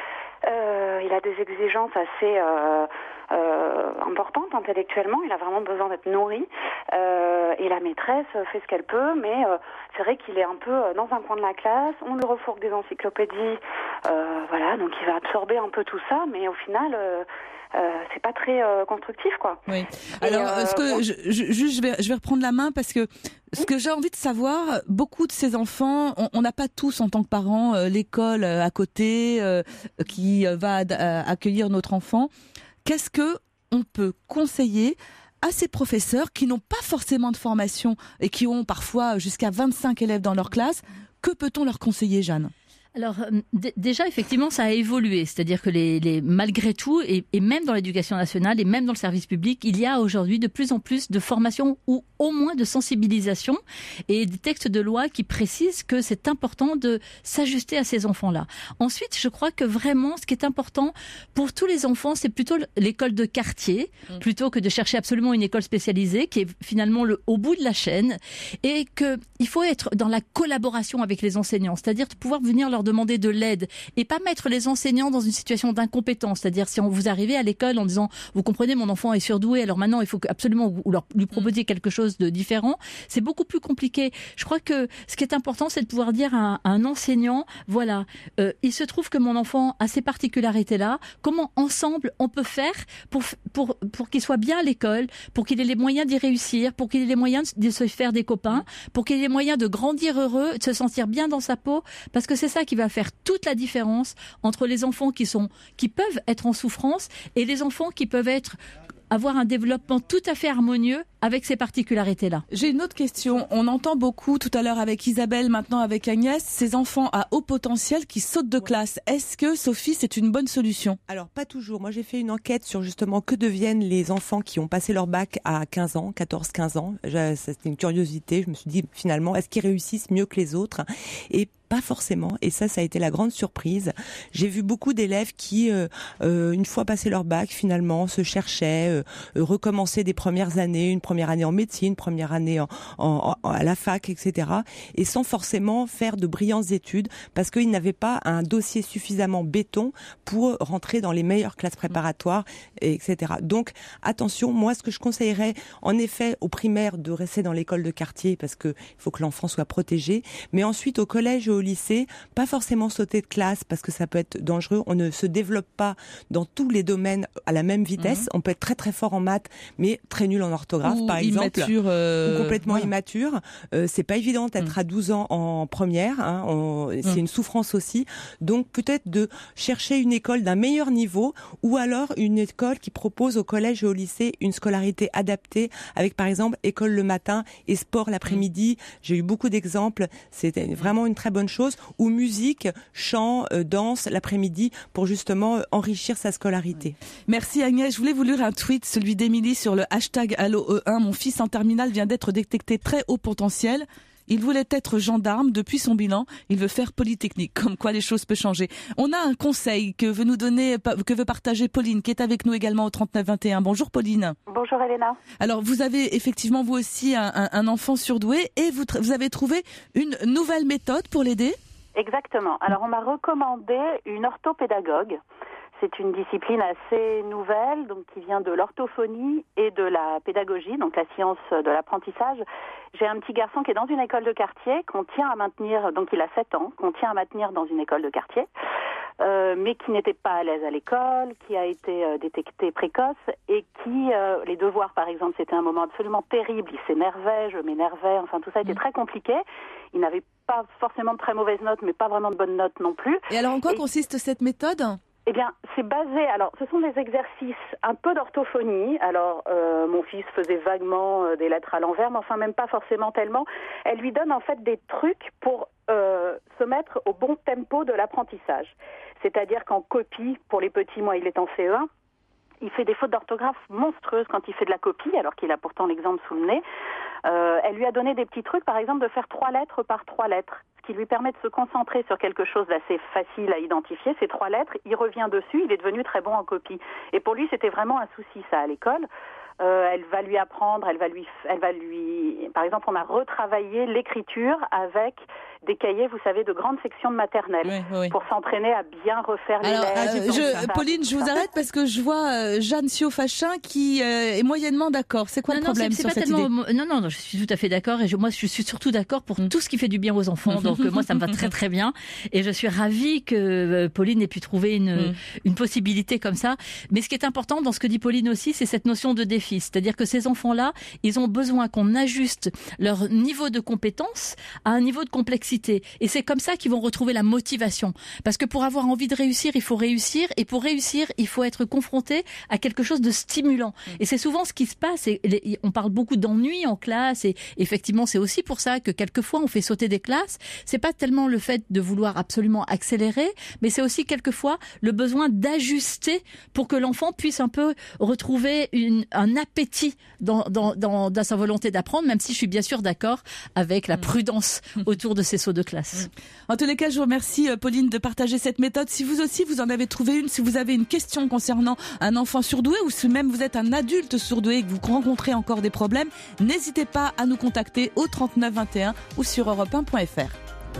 Euh, il a des exigences assez euh, euh, importantes intellectuellement. Il a vraiment besoin d'être nourri. Euh, et la maîtresse fait ce qu'elle peut, mais euh, c'est vrai qu'il est un peu dans un coin de la classe. On lui refourgue des encyclopédies. Euh, voilà, donc il va absorber un peu tout ça, mais au final... Euh, Euh, c'est pas très euh, constructif, quoi. Oui. Alors, euh, ce que je, je, juste, je vais, je vais reprendre la main parce que ce que j'ai envie de savoir, beaucoup de ces enfants, on n'a pas tous en tant que parents euh, l'école euh, à côté euh, qui euh, va ad, euh, accueillir notre enfant. Qu'est-ce que on peut conseiller à ces professeurs qui n'ont pas forcément de formation et qui ont parfois jusqu'à vingt-cinq élèves dans leur classe? Que peut-on leur conseiller, Jeanne ? Alors d- déjà effectivement ça a évolué, c'est-à-dire que les, les malgré tout et, et même dans l'éducation nationale et même dans le service public, il y a aujourd'hui de plus en plus de formation ou au moins de sensibilisation et des textes de loi qui précisent que c'est important de s'ajuster à ces enfants-là. Ensuite, je crois que vraiment ce qui est important pour tous les enfants, c'est plutôt l'école de quartier mmh. plutôt que de chercher absolument une école spécialisée qui est finalement le au bout de la chaîne, et que il faut être dans la collaboration avec les enseignants, c'est-à-dire de pouvoir venir leur demander de l'aide et pas mettre les enseignants dans une situation d'incompétence. C'est-à-dire si on vous arrivez à l'école en disant vous comprenez mon enfant est surdoué, alors maintenant il faut absolument vous leur, lui proposiez quelque chose de différent, c'est beaucoup plus compliqué. Je crois que ce qui est important, c'est de pouvoir dire à un, à un enseignant, voilà, euh, il se trouve que mon enfant a ces particularités-là, comment ensemble on peut faire pour, pour, pour qu'il soit bien à l'école, pour qu'il ait les moyens d'y réussir, pour qu'il ait les moyens de se faire des copains, pour qu'il ait les moyens de grandir heureux, de se sentir bien dans sa peau, parce que c'est ça qui va faire toute la différence entre les enfants qui sont, qui peuvent être en souffrance et les enfants qui peuvent être avoir un développement tout à fait harmonieux avec ces particularités-là. J'ai une autre question. On entend beaucoup tout à l'heure avec Isabelle, maintenant avec Agnès, ces enfants à haut potentiel qui sautent de classe. Est-ce que, Sophie, c'est une bonne solution ? Alors, pas toujours. Moi, j'ai fait une enquête sur justement que deviennent les enfants qui ont passé leur bac à quinze ans, quatorze quinze ans. C'était une curiosité. Je me suis dit, finalement, est-ce qu'ils réussissent mieux que les autres ? Et pas forcément, et ça, ça a été la grande surprise. J'ai vu beaucoup d'élèves qui, euh, euh, une fois passé leur bac, finalement, se cherchaient, euh, euh, recommençaient des premières années, une première année en médecine, première année en, en, en, à la fac, et cetera, et sans forcément faire de brillantes études, parce qu'ils n'avaient pas un dossier suffisamment béton pour rentrer dans les meilleures classes préparatoires, et cetera. Donc, attention, moi, ce que je conseillerais, en effet, aux primaires, de rester dans l'école de quartier, parce que il faut que l'enfant soit protégé, mais ensuite au collège et au au lycée, pas forcément sauter de classe parce que ça peut être dangereux. On ne se développe pas dans tous les domaines à la même vitesse. Mmh. On peut être très très fort en maths, mais très nul en orthographe, ou par exemple, euh... ou complètement ouais. immature. Euh, c'est pas évident d'être mmh. à douze ans en première. Hein. On... C'est mmh. une souffrance aussi. Donc peut-être de chercher une école d'un meilleur niveau, ou alors une école qui propose au collège et au lycée une scolarité adaptée, avec par exemple école le matin et sport l'après-midi. J'ai eu beaucoup d'exemples. C'était vraiment une très bonne chose. Ou musique, chant, euh, danse l'après-midi pour justement euh, enrichir sa scolarité. Merci Agnès. Je voulais vous lire un tweet, celui d'Émilie sur le hashtag Allo E un. Mon fils en terminale vient d'être détecté très haut potentiel. Il voulait être gendarme. Depuis son bilan, il veut faire Polytechnique. Comme quoi les choses peuvent changer. On a un conseil que veut nous donner, que veut partager Pauline, qui est avec nous également au trente-neuf vingt et un. Bonjour Pauline. Bonjour Elena. Alors vous avez effectivement vous aussi un, un, un enfant surdoué et vous, vous avez trouvé une nouvelle méthode pour l'aider ? Exactement. Alors on m'a recommandé une orthopédagogue. C'est une discipline assez nouvelle, donc qui vient de l'orthophonie et de la pédagogie, donc la science de l'apprentissage. J'ai un petit garçon qui est dans une école de quartier, qu'on tient à maintenir, donc il a sept ans, qu'on tient à maintenir dans une école de quartier, euh, mais qui n'était pas à l'aise à l'école, qui a été euh, détecté précoce et qui, euh, les devoirs par exemple, c'était un moment absolument terrible, il s'énervait, je m'énervais, enfin tout ça était très compliqué. Il n'avait pas forcément de très mauvaises notes, mais pas vraiment de bonnes notes non plus. Et alors en quoi et... consiste cette méthode ? Eh bien, c'est basé, alors ce sont des exercices un peu d'orthophonie. Alors, euh, mon fils faisait vaguement euh, des lettres à l'envers, mais enfin même pas forcément tellement. Elle lui donne en fait des trucs pour euh, se mettre au bon tempo de l'apprentissage. C'est-à-dire qu'en copie, pour les petits, moi il est en C E un, il fait des fautes d'orthographe monstrueuses quand il fait de la copie, alors qu'il a pourtant l'exemple sous le nez. Euh, elle lui a donné des petits trucs, par exemple, de faire trois lettres par trois lettres, ce qui lui permet de se concentrer sur quelque chose d'assez facile à identifier. Ces trois lettres, il revient dessus, il est devenu très bon en copie. Et pour lui, c'était vraiment un souci, ça, à l'école. Euh, elle va lui apprendre, elle va lui, elle va lui, par exemple, on a retravaillé l'écriture avec des cahiers, vous savez, de grandes sections de maternelle, oui, oui. pour s'entraîner à bien refaire les Alors, lettres. Euh, je, Pauline, je vous arrête parce que je vois euh, Jeanne Siofachin qui euh, est moyennement d'accord. C'est quoi non, le problème non, c'est, c'est sur pas cette tellement... idée ? Non, non, non, je suis tout à fait d'accord et je, moi, je suis surtout d'accord pour mm. tout ce qui fait du bien aux enfants. Donc, moi, ça me va très, très bien. Et je suis ravie que euh, Pauline ait pu trouver une, mm. une possibilité comme ça. Mais ce qui est important dans ce que dit Pauline aussi, c'est cette notion de défi. C'est-à-dire que ces enfants-là, ils ont besoin qu'on ajuste leur niveau de compétence à un niveau de complexité. Et c'est comme ça qu'ils vont retrouver la motivation. Parce que pour avoir envie de réussir, il faut réussir. Et pour réussir, il faut être confronté à quelque chose de stimulant. Mmh. Et c'est souvent ce qui se passe. Et les, on parle beaucoup d'ennui en classe. Et effectivement, c'est aussi pour ça que quelquefois, on fait sauter des classes. C'est pas tellement le fait de vouloir absolument accélérer, mais c'est aussi quelquefois le besoin d'ajuster pour que l'enfant puisse un peu retrouver une, un appétit dans, dans, dans, dans sa volonté d'apprendre, même si je suis bien sûr d'accord avec la prudence autour de ces sauts de classe. En tous les cas, je vous remercie Pauline de partager cette méthode. Si vous aussi vous en avez trouvé une, si vous avez une question concernant un enfant surdoué ou si même vous êtes un adulte surdoué et que vous rencontrez encore des problèmes, n'hésitez pas à nous contacter au trente-neuf vingt et un ou sur europe un point f r.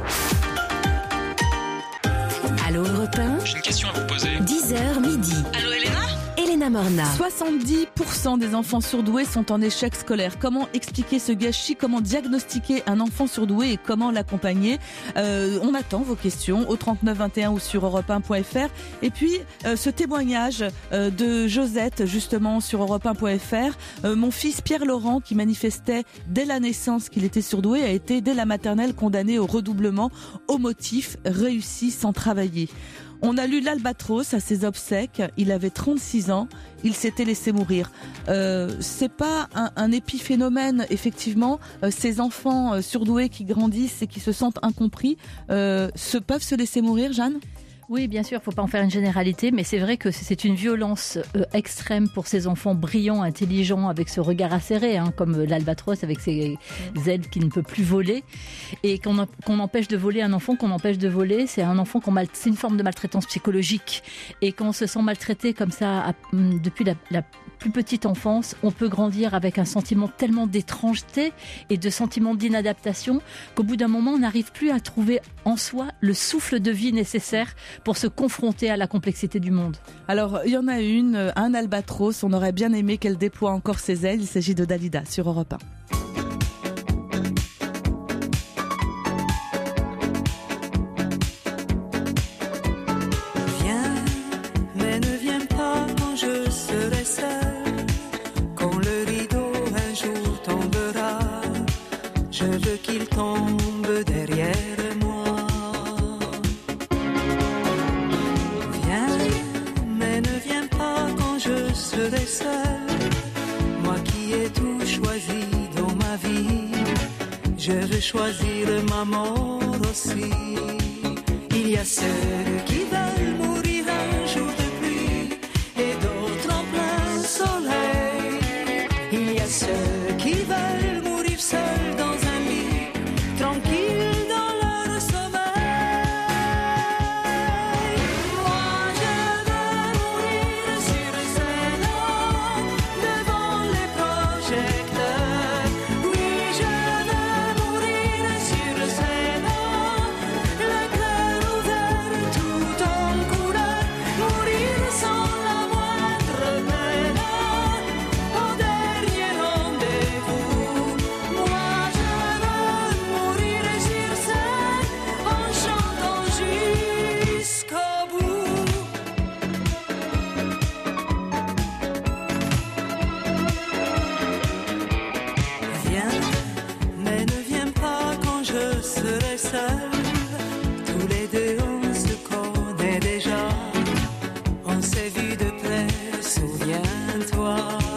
Allô Europe un. J'ai une question à vous poser. dix heures midi. Allô Elena ? Elena Morna. soixante-dix pour cent des enfants surdoués sont en échec scolaire. Comment expliquer ce gâchis ? Comment diagnostiquer un enfant surdoué et comment l'accompagner ? euh, On attend vos questions au trente-neuf vingt et un ou sur europe un point f r. Et puis, euh, ce témoignage euh, de Josette, justement, sur europe un point f r. Euh, mon fils Pierre-Laurent, qui manifestait dès la naissance qu'il était surdoué, a été dès la maternelle condamné au redoublement au motif réussi sans travailler. On a lu l'Albatros à ses obsèques, il avait trente-six ans, il s'était laissé mourir. Euh, c'est pas un, un épiphénomène, effectivement, euh, ces enfants euh, surdoués qui grandissent et qui se sentent incompris, euh, se, peuvent se laisser mourir, Jeanne ? Oui, bien sûr, il ne faut pas en faire une généralité, mais c'est vrai que c'est une violence euh, extrême pour ces enfants brillants, intelligents, avec ce regard acéré, hein, comme l'albatros avec ses ailes qui ne peut plus voler. Et qu'on, qu'on empêche de voler un enfant, qu'on empêche de voler, c'est un enfant qu'on mal, c'est une forme de maltraitance psychologique. Et quand on se sent maltraité comme ça à, depuis la, la plus petite enfance, on peut grandir avec un sentiment tellement d'étrangeté et de sentiment d'inadaptation qu'au bout d'un moment, on n'arrive plus à trouver en soi le souffle de vie nécessaire pour se confronter à la complexité du monde. Alors, il y en a une, un albatros, on aurait bien aimé qu'elle déploie encore ses ailes. Il s'agit de Dalida sur Europe un. serai seule, moi qui ai tout choisi dans ma vie, je veux choisir ma mort aussi. Il y a ceux qui veulent mourir un jour de pluie et d'autres en plein soleil. Il y a ceux qui veulent mourir seuls dans un lit, tranquilles dans leur sommeil. Moi je veux mourir sur scène, devant les projecteurs. Oui, je veux mourir sur scène, le cœur ouvert tout en couleur, mourir sans la moindre peine, au dernier rendez-vous. Moi je veux mourir sur scène, en chantant jusqu'au bout. Viens, mais ne viens pas quand je serai seul. Tous les deux on se connaît déjà, on s'est vu de près, souviens-toi.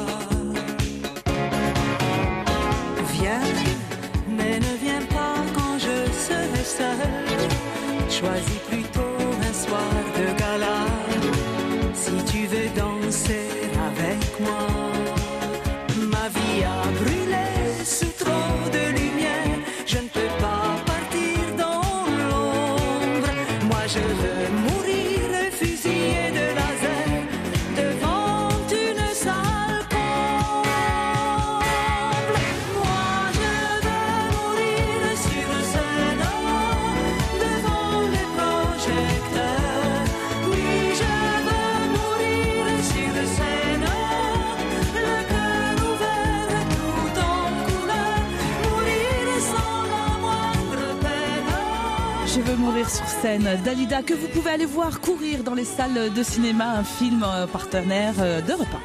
Viens, mais ne viens pas quand je serai seul. Choisis plutôt un soir de gala, si tu veux danser avec moi. Ma vie a brûlé sous trop de lumière, je ne peux pas partir dans l'ombre. Moi je veux mourir fusillé de laser devant une salle comble. Moi je veux mourir sur scène, devant les projecteurs. Oui, je veux mourir sur scène, le cœur ouvert tout en couleur, mourir sans la moindre peine. Je veux mourir sur scène. Dalida, que vous pouvez aller voir courir dans les salles de cinéma, un film euh, partenaire euh, d'Europe un.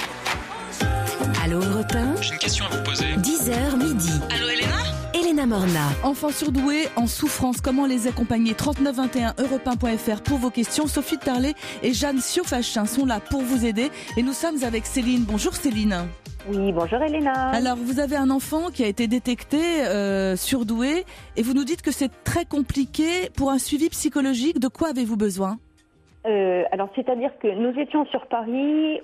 Allô Europe un, J'ai une question à vous poser. dix heures midi. Allô Elena? Elena Morna. Enfants surdoués en souffrance, comment les accompagner? trente-neuf vingt et un europe un point f r pour vos questions. Sophie Tarlet et Jeanne Siofachin sont là pour vous aider. Et nous sommes avec Céline. Bonjour Céline. Oui, bonjour Elena. Alors, vous avez un enfant qui a été détecté euh, surdoué et vous nous dites que c'est très compliqué pour un suivi psychologique. De quoi avez-vous besoin? Euh, alors, c'est-à-dire que nous étions sur Paris,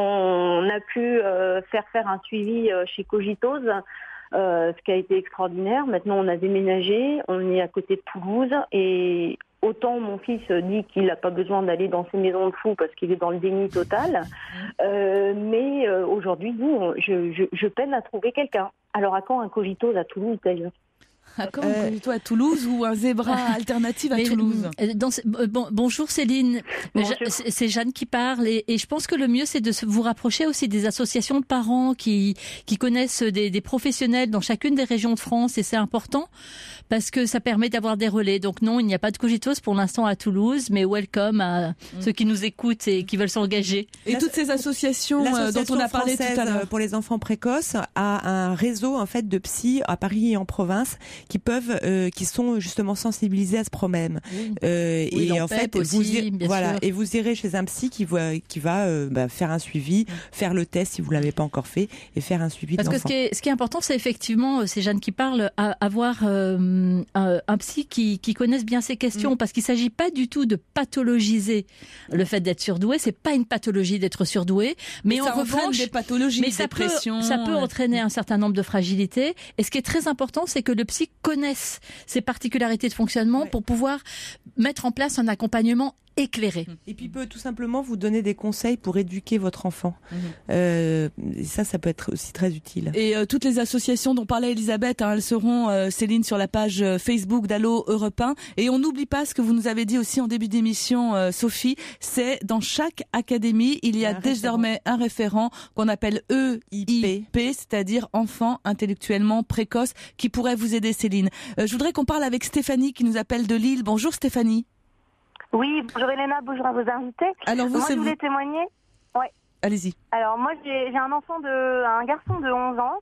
on a pu euh, faire faire un suivi euh, chez Cogitos, euh, ce qui a été extraordinaire. Maintenant, on a déménagé, on est à côté de Toulouse et autant mon fils dit qu'il n'a pas besoin d'aller dans ces maisons de fous parce qu'il est dans le déni total, euh, mais euh, aujourd'hui, nous, on- je, je, je peine à trouver quelqu'un. Alors, à quand un Cogitos à Toulouse d'ailleurs? À quand un Cogito à Toulouse ou un Zebra alternatif à Mais, Toulouse? euh, dans ce- euh, bon, bonjour Céline, Bonjour. Je- c'est c'est Jeanne qui parle et, et je pense que le mieux c'est de se- vous rapprocher aussi des associations de parents qui, qui connaissent des, des professionnels dans chacune des régions de France et c'est important parce que ça permet d'avoir des relais. Donc non, il n'y a pas de Cogitos pour l'instant à Toulouse, mais welcome à ceux qui nous écoutent et qui veulent s'engager. Et toutes ces associations euh, dont L'association on a parlé tout française à l'heure. pour les enfants précoces a un réseau en fait de psy à Paris et en province qui peuvent, euh, qui sont justement sensibilisés à ce problème. Oui. Euh, Oui, et dans en P E fait, P aussi, vous irez, bien voilà, sûr. et vous irez chez un psy qui va, qui va euh, bah, faire un suivi, faire le test si vous l'avez pas encore fait, et faire un suivi Parce de que ce l'enfant. qui est, ce qui est important, c'est effectivement, euh, c'est Jeanne qui parle, à, avoir euh, un, un psy qui, qui connaisse bien ces questions, Mm. parce qu'il s'agit pas du tout de pathologiser le fait d'être surdoué. C'est pas une pathologie d'être surdoué, mais, Mais en ça entraîne revanche, des pathologies, mais ça peut, dépression, ça peut ouais. entraîner un certain nombre de fragilités. Et ce qui est très important, c'est que le psy connaisse ses particularités de fonctionnement pour pouvoir mettre en place un accompagnement éclairé. Et puis il peut tout simplement vous donner des conseils pour éduquer votre enfant. Mhm. Euh, et ça, ça peut être aussi très utile. Et euh, toutes les associations dont parlait Elisabeth, hein, elles seront, euh, Céline, sur la page euh, Facebook d'Allo Europe un. Et on n'oublie pas ce que vous nous avez dit aussi en début d'émission, euh, Sophie, c'est dans chaque académie, il y a Un désormais un référent qu'on appelle E I P, c'est-à-dire enfant intellectuellement précoce, qui pourrait vous aider, Céline. Euh, je voudrais qu'on parle avec Stéphanie qui nous appelle de Lille. Bonjour Stéphanie. Oui, bonjour Elena, bonjour à vos invités. Alors vous, moi, c'est je voulais vous. témoigner. Ouais. Allez-y. Alors moi, j'ai j'ai un enfant de, un garçon de onze ans.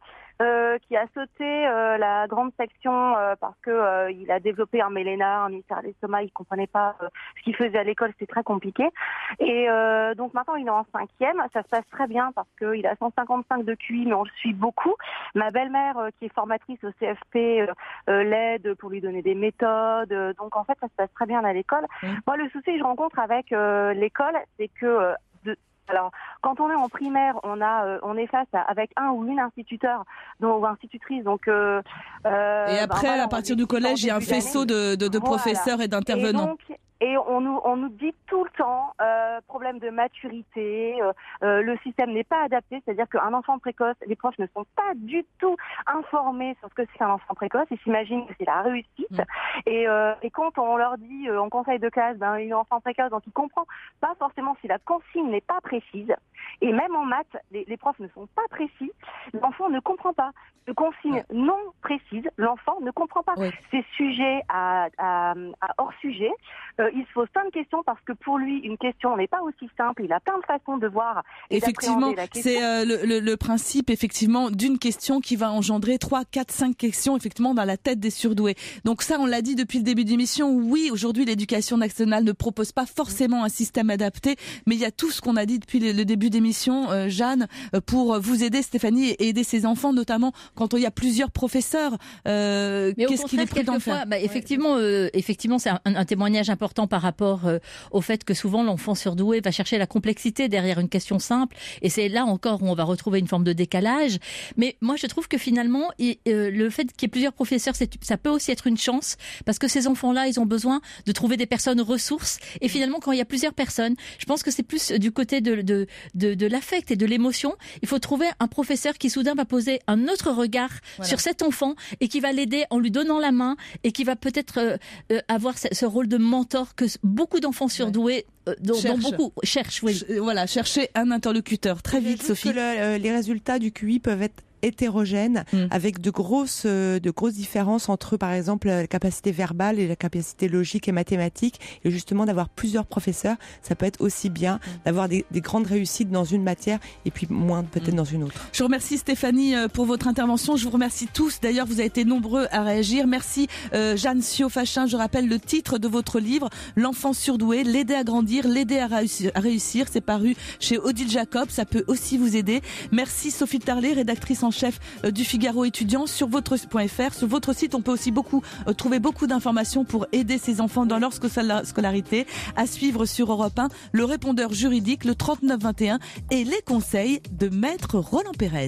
euh, qui a sauté euh, la grande section euh, parce que euh, il a développé un méléna, un ulcère à l'estomac, il comprenait pas euh, ce qu'il faisait à l'école, c'était très compliqué. Et euh, donc maintenant il est en cinquième, ça se passe très bien parce qu'il a cent cinquante-cinq de Q I, mais on le suit beaucoup. Ma belle-mère euh, qui est formatrice au C F P euh, euh, l'aide pour lui donner des méthodes. Euh, donc en fait ça se passe très bien à l'école. Mmh. Moi le souci que je rencontre avec euh, l'école, c'est que euh, de, alors, quand on est en primaire, on a, euh, on est face à, avec un ou une instituteur, donc, ou institutrice, donc. Euh, euh, et après, ben, voilà, à partir du collège, il y a un faisceau de, de, de voilà. professeurs et d'intervenants. Et donc, Et on nous, on nous dit tout le temps, euh, problème de maturité, euh, euh, le système n'est pas adapté, c'est-à-dire qu'un enfant précoce, les profs ne sont pas du tout informés sur ce que c'est un enfant précoce, ils s'imaginent que c'est la réussite. Mmh. Et, euh, et quand on leur dit euh, en conseil de classe, ben, une enfant précoce, donc ils comprennent pas forcément si la consigne n'est pas précise. Et même en maths, les, les profs ne sont pas précis, l'enfant ne comprend pas. De consigne non précise, l'enfant ne comprend pas. Oui. C'est sujet à, à, à hors sujet. Euh, il se pose plein de questions parce que pour lui, une question n'est pas aussi simple. Il a plein de façons de voir et effectivement, d'appréhender la question. C'est euh, le, le, le principe effectivement d'une question qui va engendrer trois, quatre, cinq questions effectivement dans la tête des surdoués. Donc ça, on l'a dit depuis le début de l'émission. Oui, aujourd'hui, l'éducation nationale ne propose pas forcément un système adapté, mais il y a tout ce qu'on a dit depuis le, le début d'émission, euh, Jeanne, pour vous aider, Stéphanie, et aider ses enfants, notamment quand il y a plusieurs professeurs. Euh, Mais qu'est-ce qu'il est prudent de faire? Bah, effectivement, euh, effectivement, c'est un, un témoignage important par rapport euh, au fait que souvent l'enfant surdoué va chercher la complexité derrière une question simple, et c'est là encore où on va retrouver une forme de décalage. Mais moi, je trouve que finalement, il, euh, le fait qu'il y ait plusieurs professeurs, c'est, ça peut aussi être une chance, parce que ces enfants-là, ils ont besoin de trouver des personnes ressources. Et finalement, quand il y a plusieurs personnes, je pense que c'est plus du côté de, de, de, de l'affect et de l'émotion. Il faut trouver un professeur qui soudain va poser un autre regard voilà. sur cet enfant et qui va l'aider en lui donnant la main et qui va peut-être euh, euh, avoir ce, ce rôle de mentor que beaucoup d'enfants surdoués euh, dont, dont beaucoup cherchent. Oui. Ch- voilà, chercher un interlocuteur. Très vite, Sophie. Que le, euh, les résultats du Q I peuvent être hétérogènes, mmh. avec de grosses, euh, de grosses différences entre, par exemple, la capacité verbale et la capacité logique et mathématique. Et justement, d'avoir plusieurs professeurs, ça peut être aussi bien mmh. d'avoir des, des grandes réussites dans une matière et puis moins peut-être mmh. dans une autre. Je vous remercie Stéphanie pour votre intervention. Je vous remercie tous. D'ailleurs, vous avez été nombreux à réagir. Merci euh, Jeanne Siofachin. Je rappelle le titre de votre livre, L'enfant surdoué, l'aider à grandir, l'aider à réussir. À réussir. C'est paru chez Odile Jacob. Ça peut aussi vous aider. Merci Sophie Tarlet, rédactrice en chef du Figaro étudiant sur votre point f r. Sur votre site, on peut aussi beaucoup euh, trouver beaucoup d'informations pour aider ces enfants dans leur scolarité. À suivre sur Europe un, le répondeur juridique, le trente-neuf vingt et un et les conseils de Maître Roland Pérez.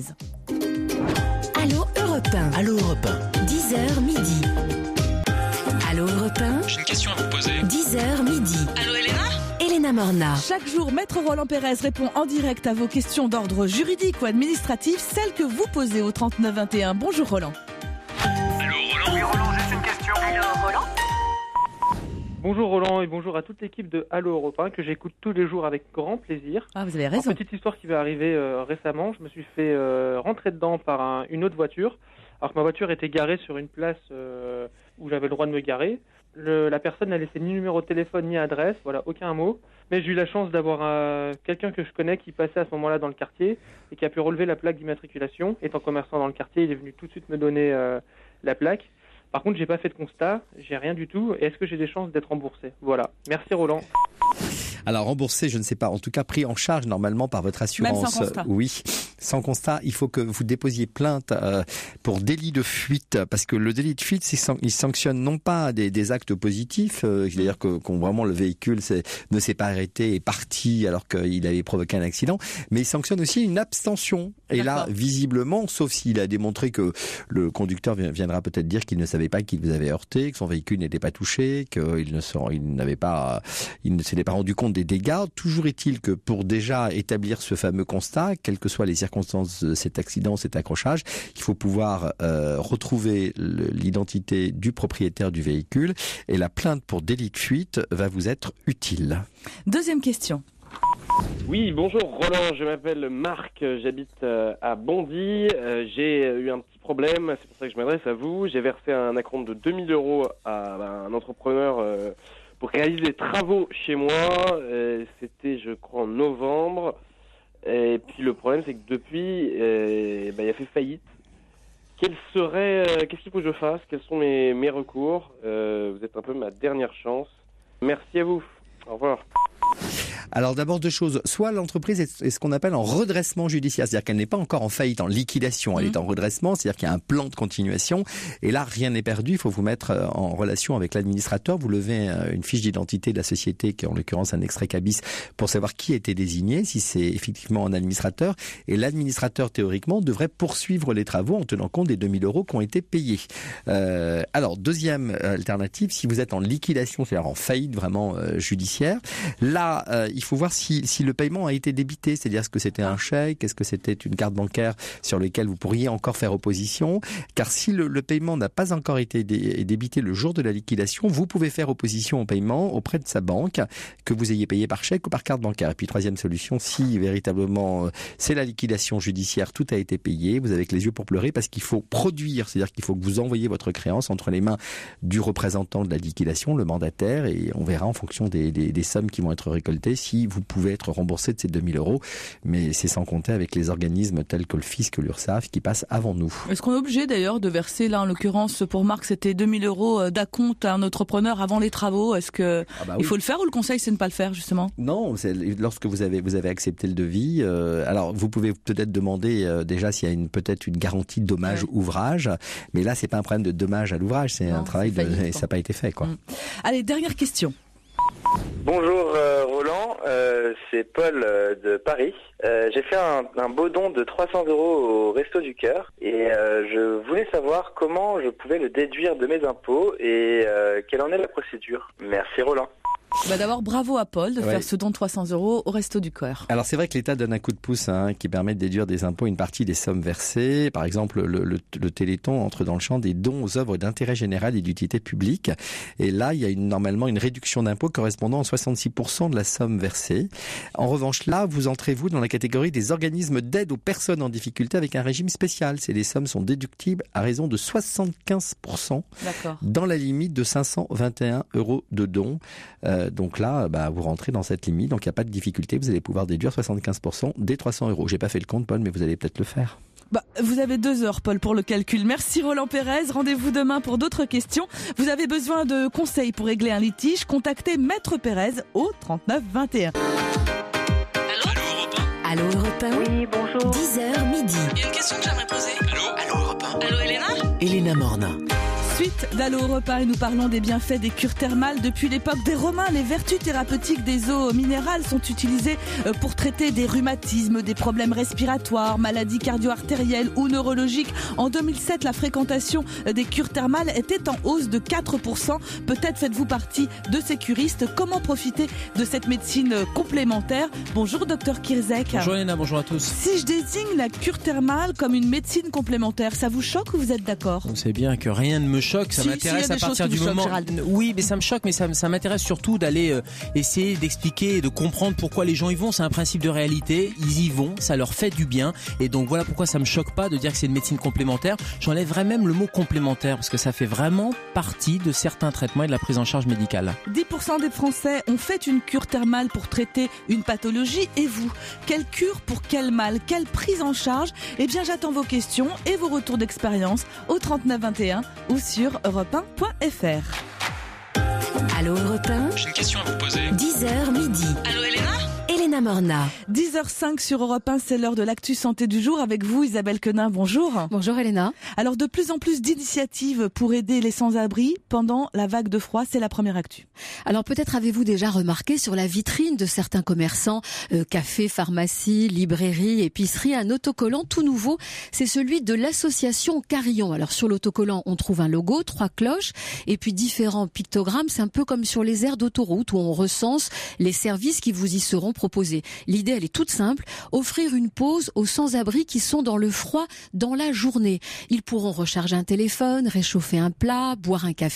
Allô Europe un. Allô Europe un. dix heures midi. Allô Europe un. J'ai une question à vous poser. dix heures midi. Allô Elena? Elena Morna. Chaque jour, Maître Roland Pérez répond en direct à vos questions d'ordre juridique ou administratif, celles que vous posez au trente-neuf vingt et un. Bonjour Roland. Allô Roland? Oui Roland, juste une question. Allô Roland? Bonjour Roland et bonjour à toute l'équipe de Allô Europe un que j'écoute tous les jours avec grand plaisir. Ah, vous avez raison. Une petite histoire qui va arriver euh, récemment, je me suis fait euh, rentrer dedans par un, une autre voiture, alors que ma voiture était garée sur une place euh, où j'avais le droit de me garer. Le, la personne n'a laissé ni numéro de téléphone ni adresse, voilà, aucun mot. Mais j'ai eu la chance d'avoir euh, quelqu'un que je connais qui passait à ce moment-là dans le quartier et qui a pu relever la plaque d'immatriculation. Étant commerçant dans le quartier, il est venu tout de suite me donner euh, la plaque. Par contre, j'ai pas fait de constat, j'ai rien du tout. Et est-ce que j'ai des chances d'être remboursé? Voilà. Merci Roland. Alors remboursé, je ne sais pas. En tout cas, pris en charge normalement par votre assurance. Même sans constat. Oui, sans constat. Il faut que vous déposiez plainte euh, pour délit de fuite, parce que le délit de fuite, c'est, il sanctionne non pas des, des actes positifs, euh, c'est-à-dire que qu'on vraiment le véhicule c'est, ne s'est pas arrêté et parti alors qu'il avait provoqué un accident, mais il sanctionne aussi une abstention. Et D'accord. là, visiblement, sauf s'il a démontré que le conducteur viendra peut-être dire qu'il ne savait pas qu'il vous avait heurté, que son véhicule n'était pas touché, qu'il ne se, il n'avait pas, il ne s'était pas rendu compte des dégâts. Toujours est-il que pour déjà établir ce fameux constat, quelles que soient les circonstances de cet accident, cet accrochage, il faut pouvoir euh, retrouver le, l'identité du propriétaire du véhicule, et la plainte pour délit de fuite va vous être utile. Deuxième question. Oui, bonjour Roland, je m'appelle Marc, j'habite à Bondy, euh, j'ai eu un petit problème, c'est pour ça que je m'adresse à vous. J'ai versé un acompte de deux mille euros à un entrepreneur euh, pour réaliser des travaux chez moi, euh, c'était je crois en novembre, et puis le problème c'est que depuis, euh, bah, il a fait faillite, quel serait, euh, qu'est-ce qu'il faut que je fasse? Quels sont mes, mes recours? euh, Vous êtes un peu ma dernière chance. Merci à vous. Au revoir. Alors d'abord deux choses, soit l'entreprise est, est ce qu'on appelle en redressement judiciaire, c'est-à-dire qu'elle n'est pas encore en faillite, en liquidation, elle mmh. est en redressement, c'est-à-dire qu'il y a un plan de continuation et là rien n'est perdu, il faut vous mettre en relation avec l'administrateur, vous levez une fiche d'identité de la société qui est en l'occurrence un extrait Cabis pour savoir qui a été désigné, si c'est effectivement un administrateur et l'administrateur théoriquement devrait poursuivre les travaux en tenant compte des deux mille euros qui ont été payés. Euh, alors deuxième alternative, si vous êtes en liquidation, c'est-à-dire en faillite vraiment euh, judiciaire, là euh, il faut voir si, si le paiement a été débité, c'est-à-dire est-ce que c'était un chèque, est-ce que c'était une carte bancaire sur laquelle vous pourriez encore faire opposition, car si le, le paiement n'a pas encore été dé, débité le jour de la liquidation, vous pouvez faire opposition au paiement auprès de sa banque, que vous ayez payé par chèque ou par carte bancaire. Et puis troisième solution, si véritablement c'est la liquidation judiciaire, tout a été payé, vous avez que les yeux pour pleurer parce qu'il faut produire, c'est-à-dire qu'il faut que vous envoyiez votre créance entre les mains du représentant de la liquidation, le mandataire, et on verra en fonction des, des, des sommes qui vont être récoltées si vous pouvez être remboursé de ces deux mille euros, mais c'est sans compter avec les organismes tels que le fisc, l'URSSAF qui passent avant nous. Est-ce qu'on est obligé d'ailleurs de verser, là en l'occurrence pour Marc c'était deux mille euros d'acompte à un entrepreneur avant les travaux? Est-ce que ah bah oui. il faut le faire ou le conseil c'est de ne pas le faire justement? Non, c'est lorsque vous avez vous avez accepté le devis, euh, alors vous pouvez peut-être demander euh, déjà s'il y a une peut-être une garantie de dommage ouais. ouvrage, mais là c'est pas un problème de dommage à l'ouvrage, c'est non, un travail de, et ça n'a pas été fait quoi. Mmh. Allez, dernière question. Bonjour euh, Roland, euh, c'est Paul euh, de Paris. Euh, j'ai fait un, un beau don de trois cents euros au Resto du Cœur et euh, je voulais savoir comment je pouvais le déduire de mes impôts et euh, quelle en est la procédure. Merci Roland. Bah d'abord, bravo à Paul de ouais. faire ce don de trois cents euros au Resto du Cœur. Alors c'est vrai que l'État donne un coup de pouce hein, qui permet de déduire des impôts une partie des sommes versées. Par exemple, le, le, le Téléthon entre dans le champ des dons aux œuvres d'intérêt général et d'utilité publique. Et là, il y a une, normalement une réduction d'impôt correspondant à soixante-six pour cent de la somme versée. En revanche, là, vous entrez-vous dans la catégorie des organismes d'aide aux personnes en difficulté avec un régime spécial. C'est les sommes sont déductibles à raison de soixante-quinze pour cent D'accord. dans la limite de cinq cent vingt et un euros de dons. Euh, donc là, bah, vous rentrez dans cette limite, donc il n'y a pas de difficulté, vous allez pouvoir déduire soixante-quinze pour cent des trois cents euros. J'ai pas fait le compte, Paul, mais vous allez peut-être le faire. Bah, vous avez deux heures, Paul, pour le calcul. Merci Roland Pérez. Rendez-vous demain pour d'autres questions. Vous avez besoin de conseils pour régler un litige? Contactez Maître Pérez au trente-neuf vingt et un. Allô Europe un. Oui, bonjour. dix heures midi. Il y a une question que j'aimerais poser. Allô Allô Europe un. Allô Elena Elena Morna. Suite d'Allo Europe un et nous parlons des bienfaits des cures thermales. Depuis l'époque des Romains, les vertus thérapeutiques des eaux minérales sont utilisées pour traiter des rhumatismes, des problèmes respiratoires, maladies cardio-artérielles ou neurologiques. En deux mille sept, la fréquentation des cures thermales était en hausse de quatre pour cent. Peut-être faites-vous partie de ces curistes. Comment profiter de cette médecine complémentaire? Bonjour docteur Kirzek. Bonjour Elena, bonjour à tous. Si je désigne la cure thermale comme une médecine complémentaire, ça vous choque ou vous êtes d'accord? Vous savez bien que rien ne me choque, ça si, m'intéresse si, à partir du moment. Choquent, oui, mais ça me choque, mais ça, ça m'intéresse surtout d'aller euh, essayer d'expliquer et de comprendre pourquoi les gens y vont. C'est un principe de réalité, ils y vont, ça leur fait du bien, et donc voilà pourquoi ça me choque pas de dire que c'est une médecine complémentaire. J'enlèverais même le mot complémentaire parce que ça fait vraiment partie de certains traitements et de la prise en charge médicale. dix pour cent des Français ont fait une cure thermale pour traiter une pathologie. Et vous, quelle cure pour quel mal? Quelle prise en charge? Eh bien, j'attends vos questions et vos retours d'expérience au trente-neuf vingt et un ou sur europe un point f r. Allô Europe un. J'ai une question à vous poser. dix heures midi. Allô Elena Elena Morna. dix heures zéro cinq sur Europe un, c'est l'heure de l'actu santé du jour avec vous Isabelle Quenin, bonjour. Bonjour Elena. Alors de plus en plus d'initiatives pour aider les sans-abri pendant la vague de froid, c'est la première actu. Alors peut-être avez-vous déjà remarqué sur la vitrine de certains commerçants, euh, cafés, pharmacies, librairies, épiceries, un autocollant tout nouveau, c'est celui de l'association Carillon. Alors sur l'autocollant, on trouve un logo, trois cloches et puis différents pictogrammes, c'est un peu comme sur les aires d'autoroute où on recense les services qui vous y seront proposés. L'idée, elle est toute simple, offrir une pause aux sans-abri qui sont dans le froid dans la journée. Ils pourront recharger un téléphone, réchauffer un plat, boire un café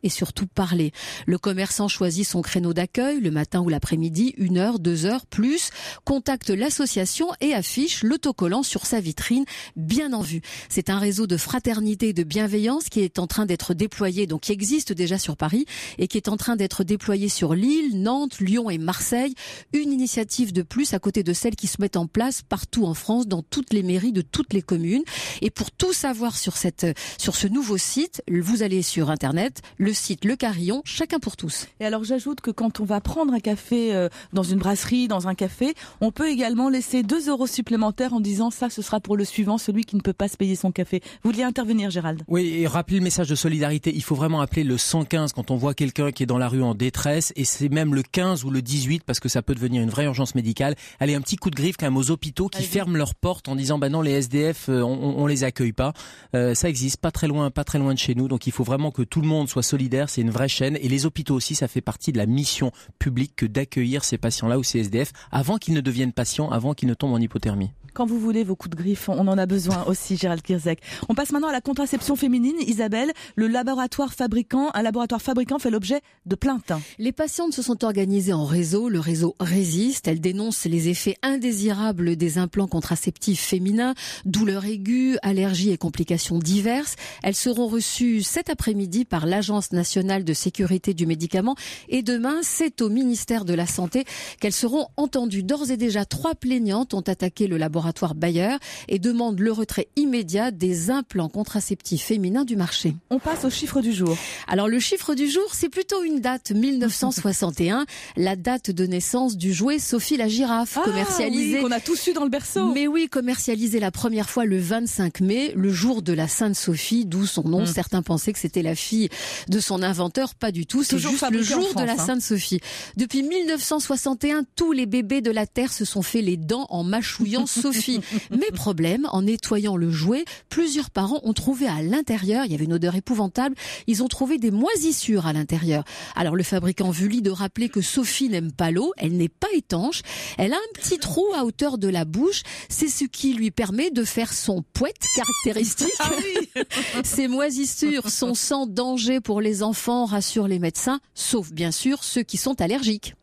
et surtout parler. Le commerçant choisit son créneau d'accueil, le matin ou l'après-midi, une heure, deux heures, plus, contacte l'association et affiche l'autocollant sur sa vitrine, bien en vue. C'est un réseau de fraternité et de bienveillance qui est en train d'être déployé, donc qui existe déjà sur Paris et qui est en train d'être déployé sur Lille, Nantes, Lyon et Marseille. Une initiative de plus à côté de celles qui se mettent en place partout en France, dans toutes les mairies de toutes les communes. Et pour tout savoir sur cette, sur ce nouveau site, vous allez sur Internet, le site Le Carillon, chacun pour tous. Et alors j'ajoute que quand on va prendre un café euh, dans une brasserie, dans un café, on peut également laisser deux euros supplémentaires en disant ça, ce sera pour le suivant, celui qui ne peut pas se payer son café. Vous vouliez intervenir, Gérald? Oui, et rappeler le message de solidarité. Il faut vraiment appeler le cent quinze quand on voit quelqu'un qui est dans la rue en détresse, et c'est même le quinze ou le dix-huit parce que ça peut devenir une vraie urgence médicale. Allez, un petit coup de griffe quand même aux hôpitaux qui Allez. ferment leurs portes en disant bah non, les S D F, euh, on, on les accueille pas. Euh, ça existe pas très loin, pas très loin de chez nous. Donc il faut vraiment que tout le monde soit solidaire. C'est une vraie chaîne. Et les hôpitaux aussi, ça fait partie de la mission publique que d'accueillir ces patients-là ou ces S D F avant qu'ils ne deviennent patients, avant qu'ils ne tombent en hypothermie. Quand vous voulez vos coups de griffe, on en a besoin aussi, Gérald Kierzek. On passe maintenant à la contraception féminine. Isabelle, le laboratoire fabricant, un laboratoire fabricant fait l'objet de plaintes. Les patientes se sont organisées en réseau. Le réseau résiste. Elles dénoncent les effets indésirables des implants contraceptifs féminins, douleurs aiguës, allergies et complications diverses. Elles seront reçues cet après-midi par l'Agence nationale de sécurité du médicament et demain, c'est au ministère de la Santé qu'elles seront entendues. D'ores et déjà, trois plaignantes ont attaqué le laboratoire Bayer et demandent le retrait immédiat des implants contraceptifs féminins du marché. On passe au chiffre du jour. Alors le chiffre du jour, c'est plutôt une date, mille neuf cent soixante et un, la date de naissance du jouet Sophie la girafe, ah, commercialisé. Oui, qu'on a tous eu dans le berceau. Mais oui, commercialisé la première fois le vingt-cinq mai, le jour de la Sainte Sophie, d'où son nom. Mmh. Certains pensaient que c'était la fille de son inventeur, pas du tout. C'est Toujours juste le jour France, de la hein. Sainte Sophie. Depuis mille neuf cent soixante et un, tous les bébés de la Terre se sont fait les dents en mâchouillant Sophie. Mais problème, en nettoyant le jouet, plusieurs parents ont trouvé à l'intérieur, il y avait une odeur épouvantable, ils ont trouvé des moisissures à l'intérieur. Alors le fabricant Vully de rappeler que Sophie n'aime pas l'eau, elle n'est pas étanche, elle a un petit trou à hauteur de la bouche, c'est ce qui lui permet de faire son pouet caractéristique. Ah oui. Ces moisissures sont sans danger pour les enfants, rassurent les médecins, sauf bien sûr ceux qui sont allergiques.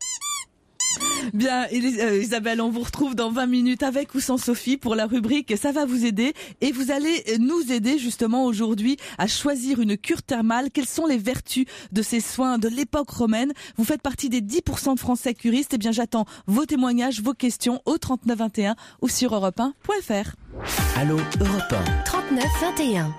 Bien, Isabelle, on vous retrouve dans vingt minutes avec ou sans Sophie pour la rubrique Ça va vous aider. Et vous allez nous aider justement aujourd'hui à choisir une cure thermale. Quelles sont les vertus de ces soins de l'époque romaine? Vous faites partie des dix pour cent de Français curistes. Eh bien, j'attends vos témoignages, vos questions au trente-neuf vingt et un ou sur europe un point f r. Allô, Europe un. trente-neuf vingt et un.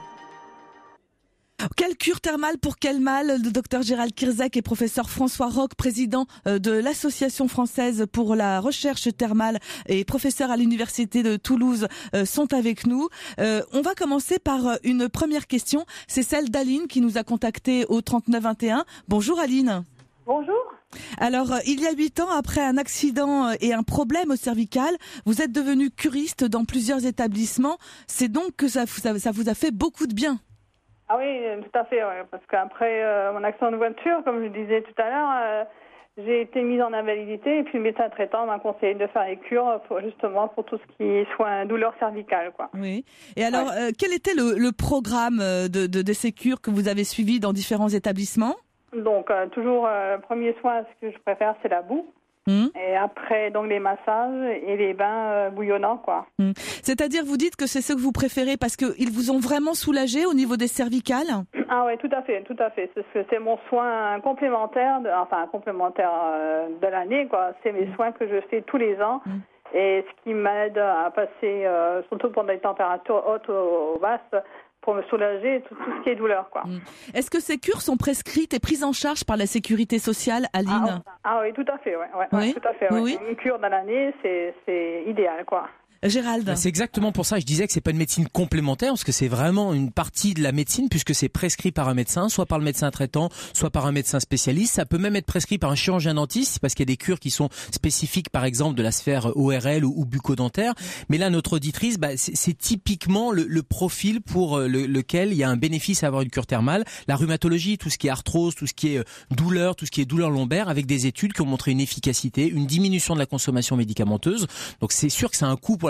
Quelle cure thermale pour quel mal? Le docteur Gérald Kierzek et professeur François Roch, président de l'Association française pour la recherche thermale et professeur à l'Université de Toulouse, sont avec nous. Euh, on va commencer par une première question. C'est celle d'Aline qui nous a contacté au trente-neuf vingt et un. Bonjour Aline. Bonjour. Alors, il y a huit ans, après un accident et un problème au cervical, vous êtes devenu curiste dans plusieurs établissements. C'est donc que ça, ça, ça vous a fait beaucoup de bien. Ah oui, tout à fait, ouais, parce qu'après euh, mon accident de voiture, comme je le disais tout à l'heure, euh, j'ai été mise en invalidité et puis le médecin traitant m'a conseillé de faire les cures pour, justement pour tout ce qui est soins douleur cervicale, quoi. Oui. Et alors, ouais. euh, quel était le, le programme de, de, de ces cures que vous avez suivies dans différents établissements? Donc, euh, toujours, euh, le premier soin, ce que je préfère, c'est la boue. Mmh. Et après, donc les massages et les bains euh, bouillonnants, quoi. Mmh. C'est-à-dire, vous dites que c'est ce que vous préférez parce qu'ils vous ont vraiment soulagé au niveau des cervicales? Ah oui, tout à fait, tout à fait. C'est, c'est mon soin complémentaire, de, enfin complémentaire euh, de l'année, quoi. C'est mes mmh. soins que je fais tous les ans. Mmh. Et ce qui m'aide à passer, euh, surtout pendant les températures hautes ou basses, pour me soulager tout, tout ce qui est douleur, quoi. Est-ce que ces cures sont prescrites et prises en charge par la sécurité sociale, Aline? Ah, ah oui, tout à fait, ouais, ouais, oui. ouais tout à fait. Ouais. Oui. Une cure dans l'année, c'est, c'est idéal, quoi. Gérald. C'est exactement pour ça. Je disais que c'est pas une médecine complémentaire, parce que c'est vraiment une partie de la médecine, puisque c'est prescrit par un médecin, soit par le médecin traitant, soit par un médecin spécialiste. Ça peut même être prescrit par un chirurgien dentiste, parce qu'il y a des cures qui sont spécifiques, par exemple, de la sphère O R L ou, ou bucco-dentaire. Mais là, notre auditrice, bah, c'est, c'est typiquement le, le profil pour le, lequel il y a un bénéfice à avoir une cure thermale. La rhumatologie, tout ce qui est arthrose, tout ce qui est douleur, tout ce qui est douleur lombaire, avec des études qui ont montré une efficacité, une diminution de la consommation médicamenteuse. Donc c'est sûr que c'est un coût pour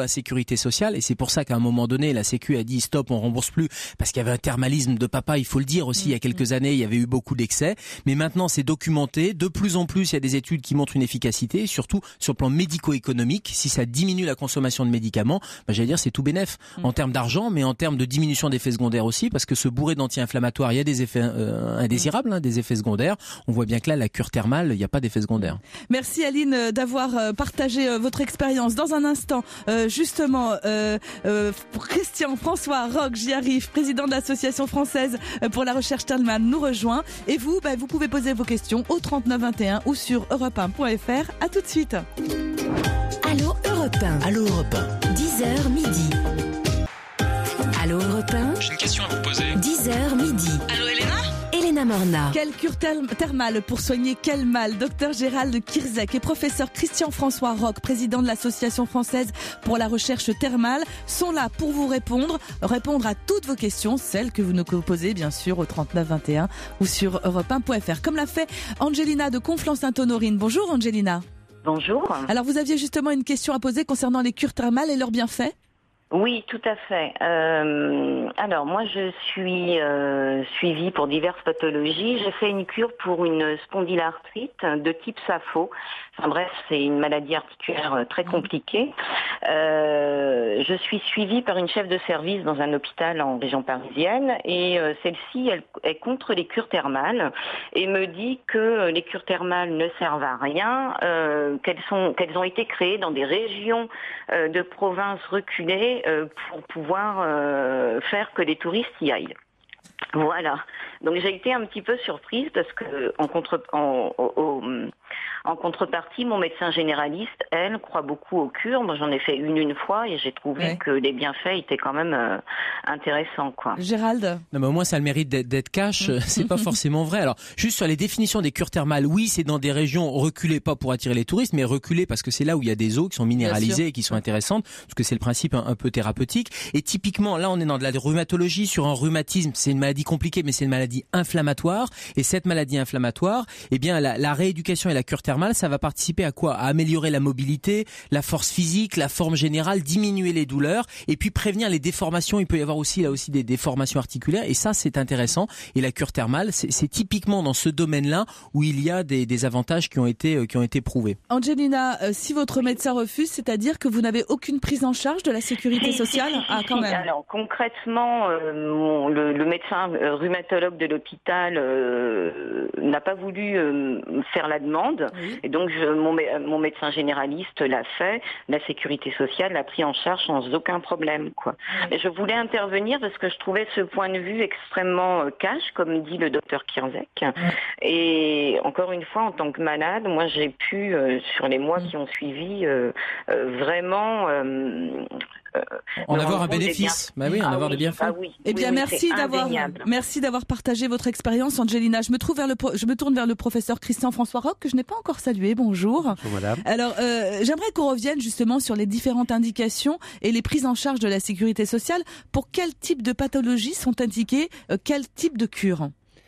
la sécurité sociale, et c'est pour ça qu'à un moment donné, la Sécu a dit stop, on rembourse plus, parce qu'il y avait un thermalisme de papa, il faut le dire aussi, il y a quelques années, il y avait eu beaucoup d'excès, mais maintenant c'est documenté, de plus en plus il y a des études qui montrent une efficacité, surtout sur le plan médico-économique, si ça diminue la consommation de médicaments, bah, j'allais dire c'est tout bénef, mm. en termes d'argent, mais en termes de diminution d'effets secondaires aussi, parce que ce bourré d'anti-inflammatoires, il y a des effets euh, indésirables, hein, des effets secondaires, on voit bien que là, la cure thermale, il n'y a pas d'effets secondaires. Merci Aline d'avoir partagé votre expérience. Dans un instant, euh, justement, euh, euh, Christian François Roch, j'y arrive, président de l'association française pour la recherche thermale, nous rejoint. Et vous, bah, vous pouvez poser vos questions au trente-neuf vingt et un ou sur europe un point f r. À tout de suite. Allô Europe un. Allô Europe un. dix heures midi. Allô Europe un. J'ai une question à vous poser. dix heures midi. Allô Elena. Elena Morna. Quelle cure thermale pour soigner quel mal? Docteur Gérald Kierzek et professeur Christian François Roch, président de l'association française pour la recherche thermale, sont là pour vous répondre, répondre à toutes vos questions, celles que vous nous posez bien sûr au trente-neuf vingt et un ou sur europe un point f r, comme l'a fait Angelina de Conflans-Sainte-Honorine. Bonjour Angelina. Bonjour. Alors vous aviez justement une question à poser concernant les cures thermales et leurs bienfaits? Oui, tout à fait. Euh, alors, moi, je suis euh, suivie pour diverses pathologies. J'ai fait une cure pour une spondylarthrite de type S A F O. Enfin bref, c'est une maladie articulaire très compliquée. Euh, je suis suivie par une chef de service dans un hôpital en région parisienne et euh, celle-ci, elle est contre les cures thermales et me dit que les cures thermales ne servent à rien, euh, qu'elles sont, qu'elles ont été créées dans des régions euh, de provinces reculées pour pouvoir euh, faire que les touristes y aillent. Voilà. Donc j'ai été un petit peu surprise parce que en contre en, en, en contrepartie, mon médecin généraliste, elle, croit beaucoup aux cures. Moi, j'en ai fait une une fois et j'ai trouvé ouais. que les bienfaits étaient quand même euh, intéressants, quoi. Gérald. Non, mais au moins ça a le mérite d'être, d'être cash. C'est pas forcément vrai. Alors, juste sur les définitions des cures thermales, oui, c'est dans des régions reculées, pas pour attirer les touristes, mais reculées parce que c'est là où il y a des eaux qui sont minéralisées et qui sont intéressantes, parce que c'est le principe un, un peu thérapeutique. Et typiquement, là, on est dans de la rhumatologie sur un rhumatisme. C'est une maladie compliquée, mais c'est une maladie inflammatoire. Et cette maladie inflammatoire, eh bien, la, la rééducation et la cure thermale, ça va participer à quoi? À améliorer la mobilité, la force physique, la forme générale, diminuer les douleurs et puis prévenir les déformations. Il peut y avoir aussi là aussi des déformations articulaires et ça, c'est intéressant. Et la cure thermale, c'est, c'est typiquement dans ce domaine-là où il y a des, des avantages qui ont été euh, qui ont été prouvés. Angelina, euh, si votre médecin refuse, c'est-à-dire que vous n'avez aucune prise en charge de la sécurité si, sociale? si, si, Ah, quand si. même. Alors concrètement, euh, mon, le, le médecin euh, rhumatologue de l'hôpital euh, n'a pas voulu euh, faire la demande, oui. Et donc je, mon, mon médecin généraliste l'a fait. La sécurité sociale l'a pris en charge sans aucun problème, quoi. Oui. Et je voulais intervenir parce que je trouvais ce point de vue extrêmement euh, cash, comme dit le docteur Kierzek. Oui. Et encore une fois, en tant que malade, moi j'ai pu, euh, sur les mois oui. qui ont suivi, euh, euh, vraiment euh, Euh, en avoir un bénéfice. Bah oui, en ah avoir oui, des bienfaits. Ah oui, eh bien, oui, merci d'avoir, merci d'avoir partagé votre expérience, Angelina. Je me trouve vers le, je me tourne vers le professeur Christian François Roch, que je n'ai pas encore salué. Bonjour. Bonjour, madame. Alors, euh, j'aimerais qu'on revienne justement sur les différentes indications et les prises en charge de la sécurité sociale. Pour quel type de pathologies sont indiquées, euh, quel type de cure?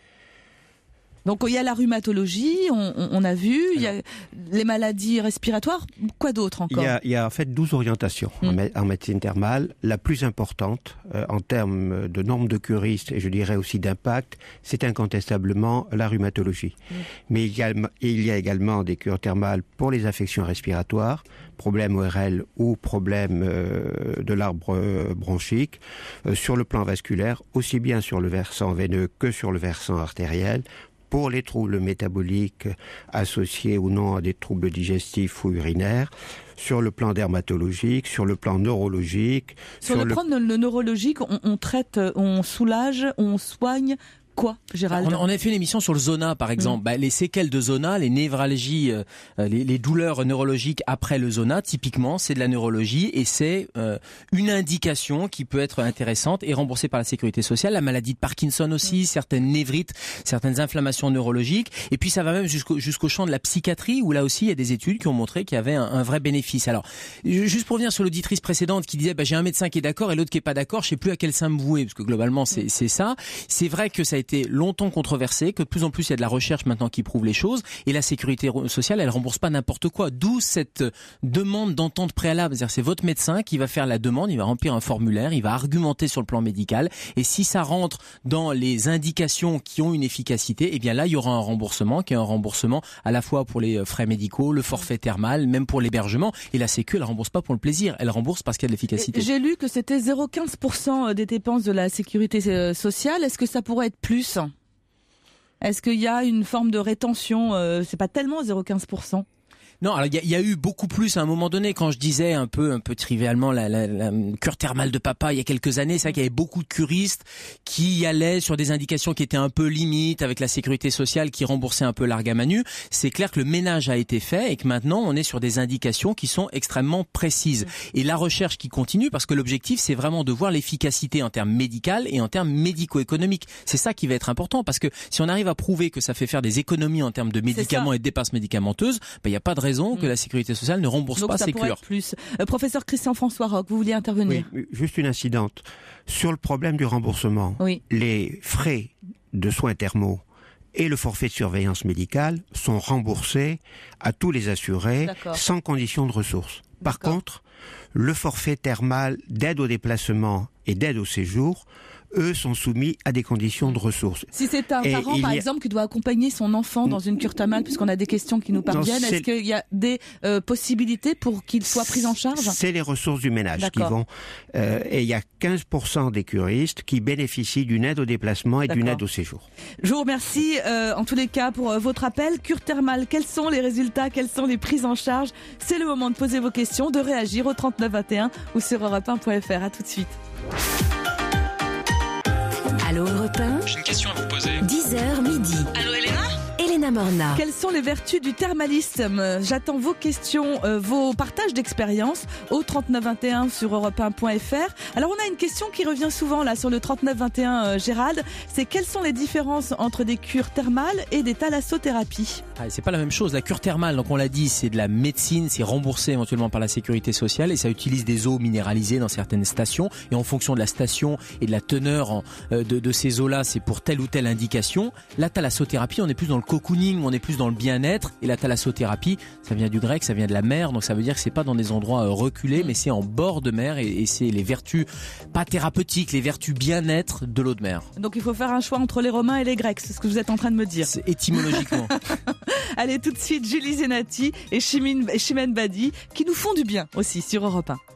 Donc il y a la rhumatologie, on, on a vu, il y a les maladies respiratoires, quoi d'autre encore? Il y a, il y a en fait douze orientations mmh. en, en médecine thermale. La plus importante euh, en termes de nombre de curistes et je dirais aussi d'impact, c'est incontestablement la rhumatologie. Mmh. Mais il y, a, il y a également des cures thermales pour les infections respiratoires, problèmes O R L ou problèmes euh, de l'arbre bronchique, euh, sur le plan vasculaire, aussi bien sur le versant veineux que sur le versant artériel, pour les troubles métaboliques associés ou non à des troubles digestifs ou urinaires, sur le plan dermatologique, sur le plan neurologique. Sur, sur le, le plan le neurologique, on, on traite, on soulage, on soigne. Quoi, Gérald? On, on a fait une émission sur le zona, par exemple. Mmh. Bah, les séquelles de zona, les névralgies, euh, les, les douleurs neurologiques après le zona, typiquement, c'est de la neurologie et c'est euh, une indication qui peut être intéressante et remboursée par la sécurité sociale. La maladie de Parkinson aussi, mmh. certaines névrites, certaines inflammations neurologiques. Et puis ça va même jusqu'au, jusqu'au champ de la psychiatrie où là aussi il y a des études qui ont montré qu'il y avait un, un vrai bénéfice. Alors, juste pour revenir sur l'auditrice précédente qui disait bah, j'ai un médecin qui est d'accord et l'autre qui est pas d'accord, je sais plus à quel sein me vouer parce que globalement c'est, c'est ça. C'est vrai que ça a été longtemps controversé, que de plus en plus il y a de la recherche maintenant qui prouve les choses, et la sécurité sociale, elle rembourse pas n'importe quoi. D'où cette demande d'entente préalable. C'est-à-dire, c'est votre médecin qui va faire la demande, il va remplir un formulaire, il va argumenter sur le plan médical, et si ça rentre dans les indications qui ont une efficacité, eh bien là, il y aura un remboursement, qui est un remboursement à la fois pour les frais médicaux, le forfait thermal, même pour l'hébergement. Et la Sécu, elle rembourse pas pour le plaisir, elle rembourse parce qu'il y a de l'efficacité. J'ai lu que c'était zéro virgule quinze pour cent des dépenses de la sécurité sociale. Est-ce que ça pourrait être plus ? Est-ce qu'il y a une forme de rétention ? euh, C'est pas tellement zéro virgule quinze pour cent. Non, alors il y, y a eu beaucoup plus à un moment donné, quand je disais un peu un peu trivialement la, la, la cure thermale de papa il y a quelques années, c'est vrai qu'il y avait beaucoup de curistes qui allaient sur des indications qui étaient un peu limites avec la sécurité sociale qui remboursait un peu l'argamanu. C'est clair que le ménage a été fait et que maintenant on est sur des indications qui sont extrêmement précises. Et la recherche qui continue, parce que l'objectif c'est vraiment de voir l'efficacité en termes médical et en termes médico-économiques. C'est ça qui va être important, parce que si on arrive à prouver que ça fait faire des économies en termes de médicaments et de dépenses médicamenteuses, ben, il n'y a pas de raison que la sécurité sociale ne rembourse Donc pas ça ses pourrait cures. être plus. Euh, professeur Christian François Roch, vous vouliez intervenir ? Oui, juste une incidente. Sur le problème du remboursement, oui. les frais de soins thermaux et le forfait de surveillance médicale sont remboursés à tous les assurés sans condition de ressources. Par contre, le forfait thermal d'aide au déplacement et d'aide au séjour, eux, sont soumis à des conditions de ressources. Si c'est un et parent, par a... exemple, qui doit accompagner son enfant dans une cure thermale, puisqu'on a des questions qui nous parviennent, est-ce qu'il y a des euh, possibilités pour qu'il soit pris en charge ? C'est les ressources du ménage qui vont... Euh, et il y a quinze pour cent des curistes qui bénéficient d'une aide au déplacement et d'une aide au séjour. Je vous remercie euh, en tous les cas pour euh, votre appel. Cure thermale, quels sont les résultats ? Quelles sont les prises en charge ? C'est le moment de poser vos questions, de réagir au trente-neuf vingt et un ou sur europe un point f r. À tout de suite. Allô Europe un. J'ai une question à vous poser. dix heures midi. Allô Elena ? Elena Morna. Quelles sont les vertus du thermalisme ? J'attends vos questions, euh, vos partages d'expérience au trente-neuf vingt et un sur europe un point f r. Alors on a une question qui revient souvent là sur le trente-neuf vingt et un, euh, Gérald, c'est quelles sont les différences entre des cures thermales et des thalassothérapies ? Ah, c'est pas la même chose. La cure thermale, donc on l'a dit, c'est de la médecine, c'est remboursé éventuellement par la sécurité sociale et ça utilise des eaux minéralisées dans certaines stations et en fonction de la station et de la teneur en, euh, de, de ces eaux-là, c'est pour telle ou telle indication. La thalassothérapie, on est plus dans le cocooning, on est plus dans le bien-être, et la thalassothérapie, ça vient du grec, ça vient de la mer, donc ça veut dire que c'est pas dans des endroits euh, reculés, mais c'est en bord de mer et, et c'est les vertus pas thérapeutiques, les vertus bien-être de l'eau de mer. Donc il faut faire un choix entre les Romains et les Grecs, c'est ce que vous êtes en train de me dire. C'est étymologiquement. Allez, tout de suite, Julie Zenati et Chimène, et Chimène Badi qui nous font du bien aussi sur Europe un.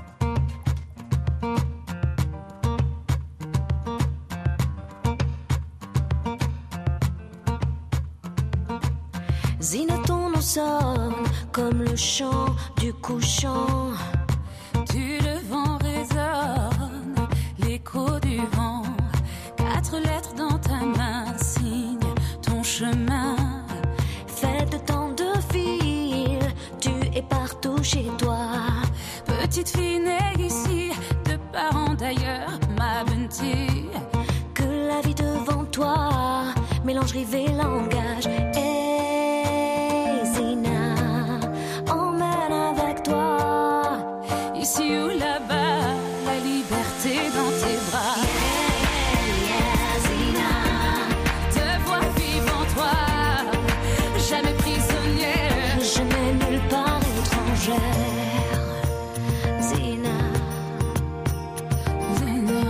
Zina, ton nom sonne comme le chant du couchant. Du levant résonne l'écho du vent. Quatre lettres dans ta main signent ton chemin. Fête de tant de fil, tu es partout chez toi. Petite fille née ici, de parents d'ailleurs, ma Bunty. Que la vie devant toi mélange rêve et langage. Ici ou là-bas, la liberté dans tes bras. Yeah, yeah, Zina. Te voir vivre en toi, jamais prisonnière, jamais nulle part étrangère. Zina, Zina.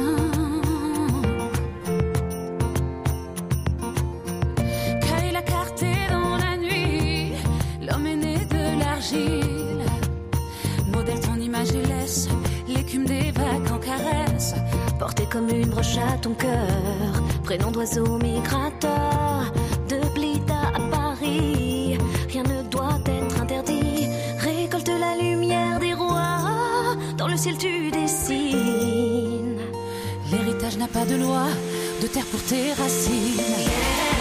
Caille la carte dans la nuit, l'homme est né de l'argile. Modèle ton image et laisse l'écume des vagues en caresse. porté comme une broche à ton cœur, prénom d'oiseau migrateur, de Blida à Paris, rien ne doit être interdit. Récolte la lumière des rois, dans le ciel tu dessines. L'héritage n'a pas de loi, de terre pour tes racines. Yeah.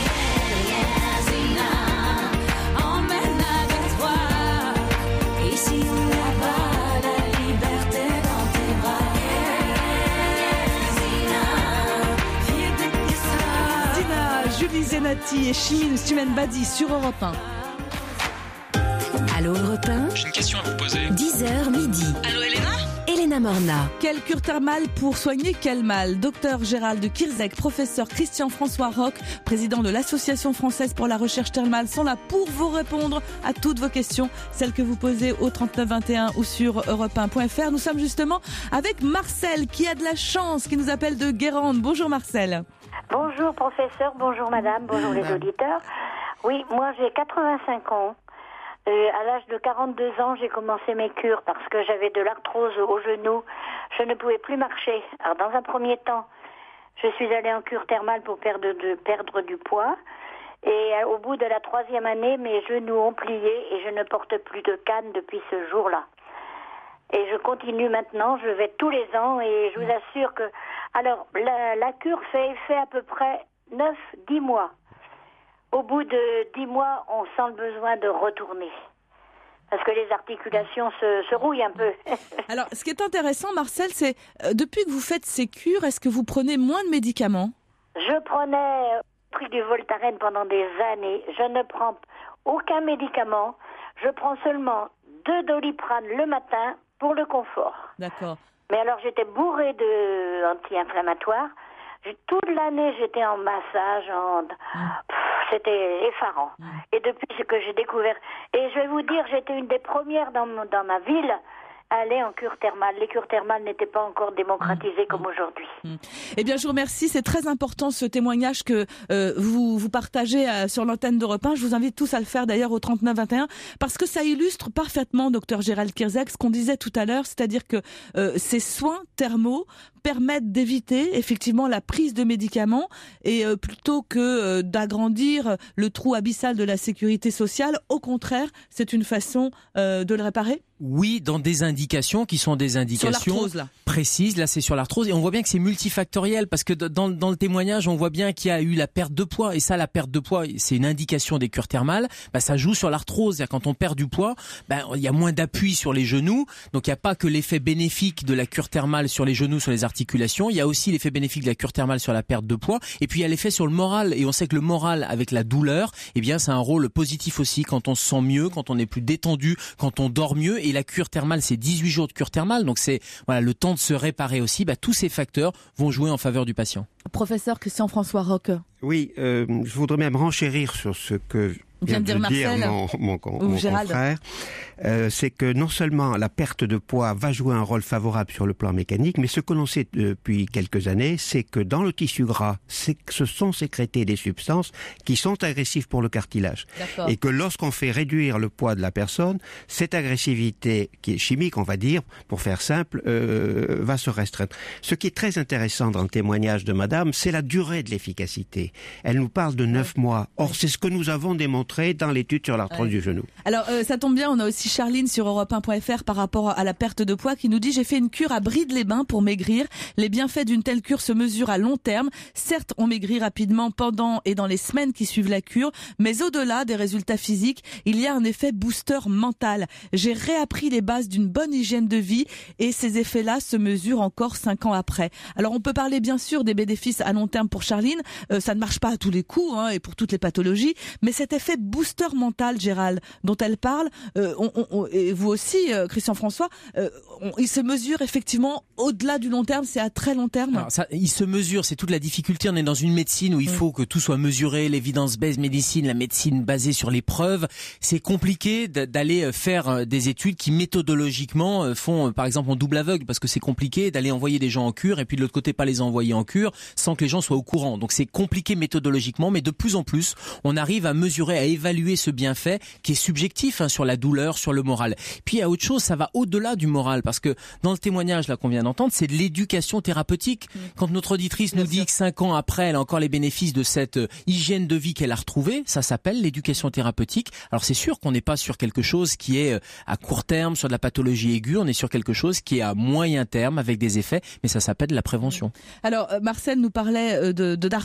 Julie Zenati et Chimène Badi sur Europe un. Allô Europe un. J'ai une question à vous poser. dix heures midi. Allô Elena? Elena Morna. Quelle cure thermale pour soigner quel mal? Docteur Gérald de Kirzek, professeur Christian-François Roch, président de l'Association française pour la recherche thermale, sont là pour vous répondre à toutes vos questions, celles que vous posez au trente-neuf vingt et un ou sur europe un point f r. Nous sommes justement avec Marcel qui a de la chance, qui nous appelle de Guérande. Bonjour Marcel. Bonjour professeur, bonjour madame, bonjour les auditeurs. Oui, moi j'ai quatre-vingt-cinq ans. Euh, à l'âge de quarante-deux ans, j'ai commencé mes cures parce que j'avais de l'arthrose au genou. Je ne pouvais plus marcher. Alors dans un premier temps, je suis allée en cure thermale pour perdre, de, perdre du poids. Et euh, au bout de la troisième année, mes genoux ont plié et je ne porte plus de canne depuis ce jour-là. Et je continue maintenant, je vais tous les ans et je vous assure que... Alors, la, la cure fait effet à peu près neuf dix mois. Au bout de dix mois, on sent le besoin de retourner. Parce que les articulations se, se rouillent un peu. Alors, ce qui est intéressant, Marcel, c'est euh, depuis que vous faites ces cures, est-ce que vous prenez moins de médicaments? Je prenais pris du Voltaren pendant des années. Je ne prends aucun médicament. Je prends seulement deux Doliprane le matin pour le confort. D'accord. Mais alors, j'étais bourrée de anti-inflammatoires. Toute l'année, j'étais en massage, en... Pff, c'était effarant. Mmh. Et depuis ce que j'ai découvert, et je vais vous dire, j'étais une des premières dans, dans ma ville à aller en cure thermale. Les cures thermales n'étaient pas encore démocratisées mmh. comme aujourd'hui. Mmh. Eh bien, je vous remercie. C'est très important ce témoignage que euh, vous, vous partagez euh, sur l'antenne d'Europe un. Je vous invite tous à le faire d'ailleurs au trente-neuf vingt et un parce que ça illustre parfaitement, docteur Gérald Kirzek, ce qu'on disait tout à l'heure, c'est-à-dire que euh, ces soins thermaux permettent d'éviter effectivement la prise de médicaments et euh, plutôt que euh, d'agrandir le trou abyssal de la sécurité sociale, au contraire, c'est une façon euh, de le réparer. Oui, dans des indications qui sont des indications là. précises. Là, c'est sur l'arthrose et on voit bien que c'est multifactoriel parce que dans, dans le témoignage, on voit bien qu'il y a eu la perte de poids et ça, la perte de poids, c'est une indication des cures thermales. Bah, ça joue sur l'arthrose. C'est-à-dire quand on perd du poids, bah, il y a moins d'appui sur les genoux. Donc, il n'y a pas que l'effet bénéfique de la cure thermale sur les genoux, sur les articulations. Il y a aussi l'effet bénéfique de la cure thermale sur la perte de poids. Et puis, il y a l'effet sur le moral. Et on sait que le moral avec la douleur, eh bien, c'est un rôle positif aussi quand on se sent mieux, quand on est plus détendu, quand on dort mieux. Et la cure thermale, c'est dix-huit jours de cure thermale, donc c'est voilà le temps de se réparer aussi. Bah, tous ces facteurs vont jouer en faveur du patient. Professeur Christian-François Roch. Oui, euh, je voudrais même renchérir sur ce que vient de dire, Marcel, dire mon, mon, mon, mon confrère. Euh, c'est que non seulement la perte de poids va jouer un rôle favorable sur le plan mécanique, mais ce que l'on sait depuis quelques années, c'est que dans le tissu gras, c'est que ce sont sécrétées des substances qui sont agressives pour le cartilage. D'accord. Et que lorsqu'on fait réduire le poids de la personne, cette agressivité qui est chimique, on va dire, pour faire simple, euh, va se restreindre. Ce qui est très intéressant dans le témoignage de madame, c'est la durée de l'efficacité. Elle nous parle de neuf mois. Or, c'est ce que nous avons démontré dans l'étude sur l'arthrose ouais. du genou. Alors, euh, ça tombe bien, on a aussi Charline sur europe un point f r par rapport à la perte de poids qui nous dit « J'ai fait une cure à Bride-les-Bains pour maigrir. Les bienfaits d'une telle cure se mesurent à long terme. Certes, on maigrit rapidement pendant et dans les semaines qui suivent la cure, mais au-delà des résultats physiques, il y a un effet booster mental. J'ai réappris les bases d'une bonne hygiène de vie et ces effets-là se mesurent encore cinq ans après. » Alors, on peut parler bien sûr des bénéfices à long terme pour Charline. Euh, ça ne marche pas à tous les coups hein, et pour toutes les pathologies, mais cet effet booster mental, Gérald, dont elle parle, euh, on, on, on, et vous aussi, euh, Christian-François, euh, on, il se mesure effectivement au-delà du long terme, c'est à très long terme. Alors ça, il se mesure, c'est toute la difficulté. On est dans une médecine où il mmh. faut que tout soit mesuré, l'évidence-based médecine, la médecine basée sur les preuves. C'est compliqué d'aller faire des études qui méthodologiquement font, par exemple, en double aveugle, parce que c'est compliqué d'aller envoyer des gens en cure et puis de l'autre côté pas les envoyer en cure sans que les gens soient au courant. Donc c'est compliqué méthodologiquement, mais de plus en plus, on arrive à mesurer, à évaluer ce bienfait qui est subjectif hein, sur la douleur, sur le moral. Puis il y a autre chose, ça va au-delà du moral, parce que dans le témoignage là qu'on vient d'entendre, c'est de l'éducation thérapeutique. Mmh. Quand notre auditrice Bien nous sûr. dit que cinq ans après, elle a encore les bénéfices de cette euh, hygiène de vie qu'elle a retrouvée, ça s'appelle l'éducation thérapeutique. Alors c'est sûr qu'on n'est pas sur quelque chose qui est euh, à court terme, sur de la pathologie aiguë, on est sur quelque chose qui est à moyen terme avec des effets, mais ça s'appelle la prévention. Alors euh, Marcel nous parlait euh, de, de d'arthrose.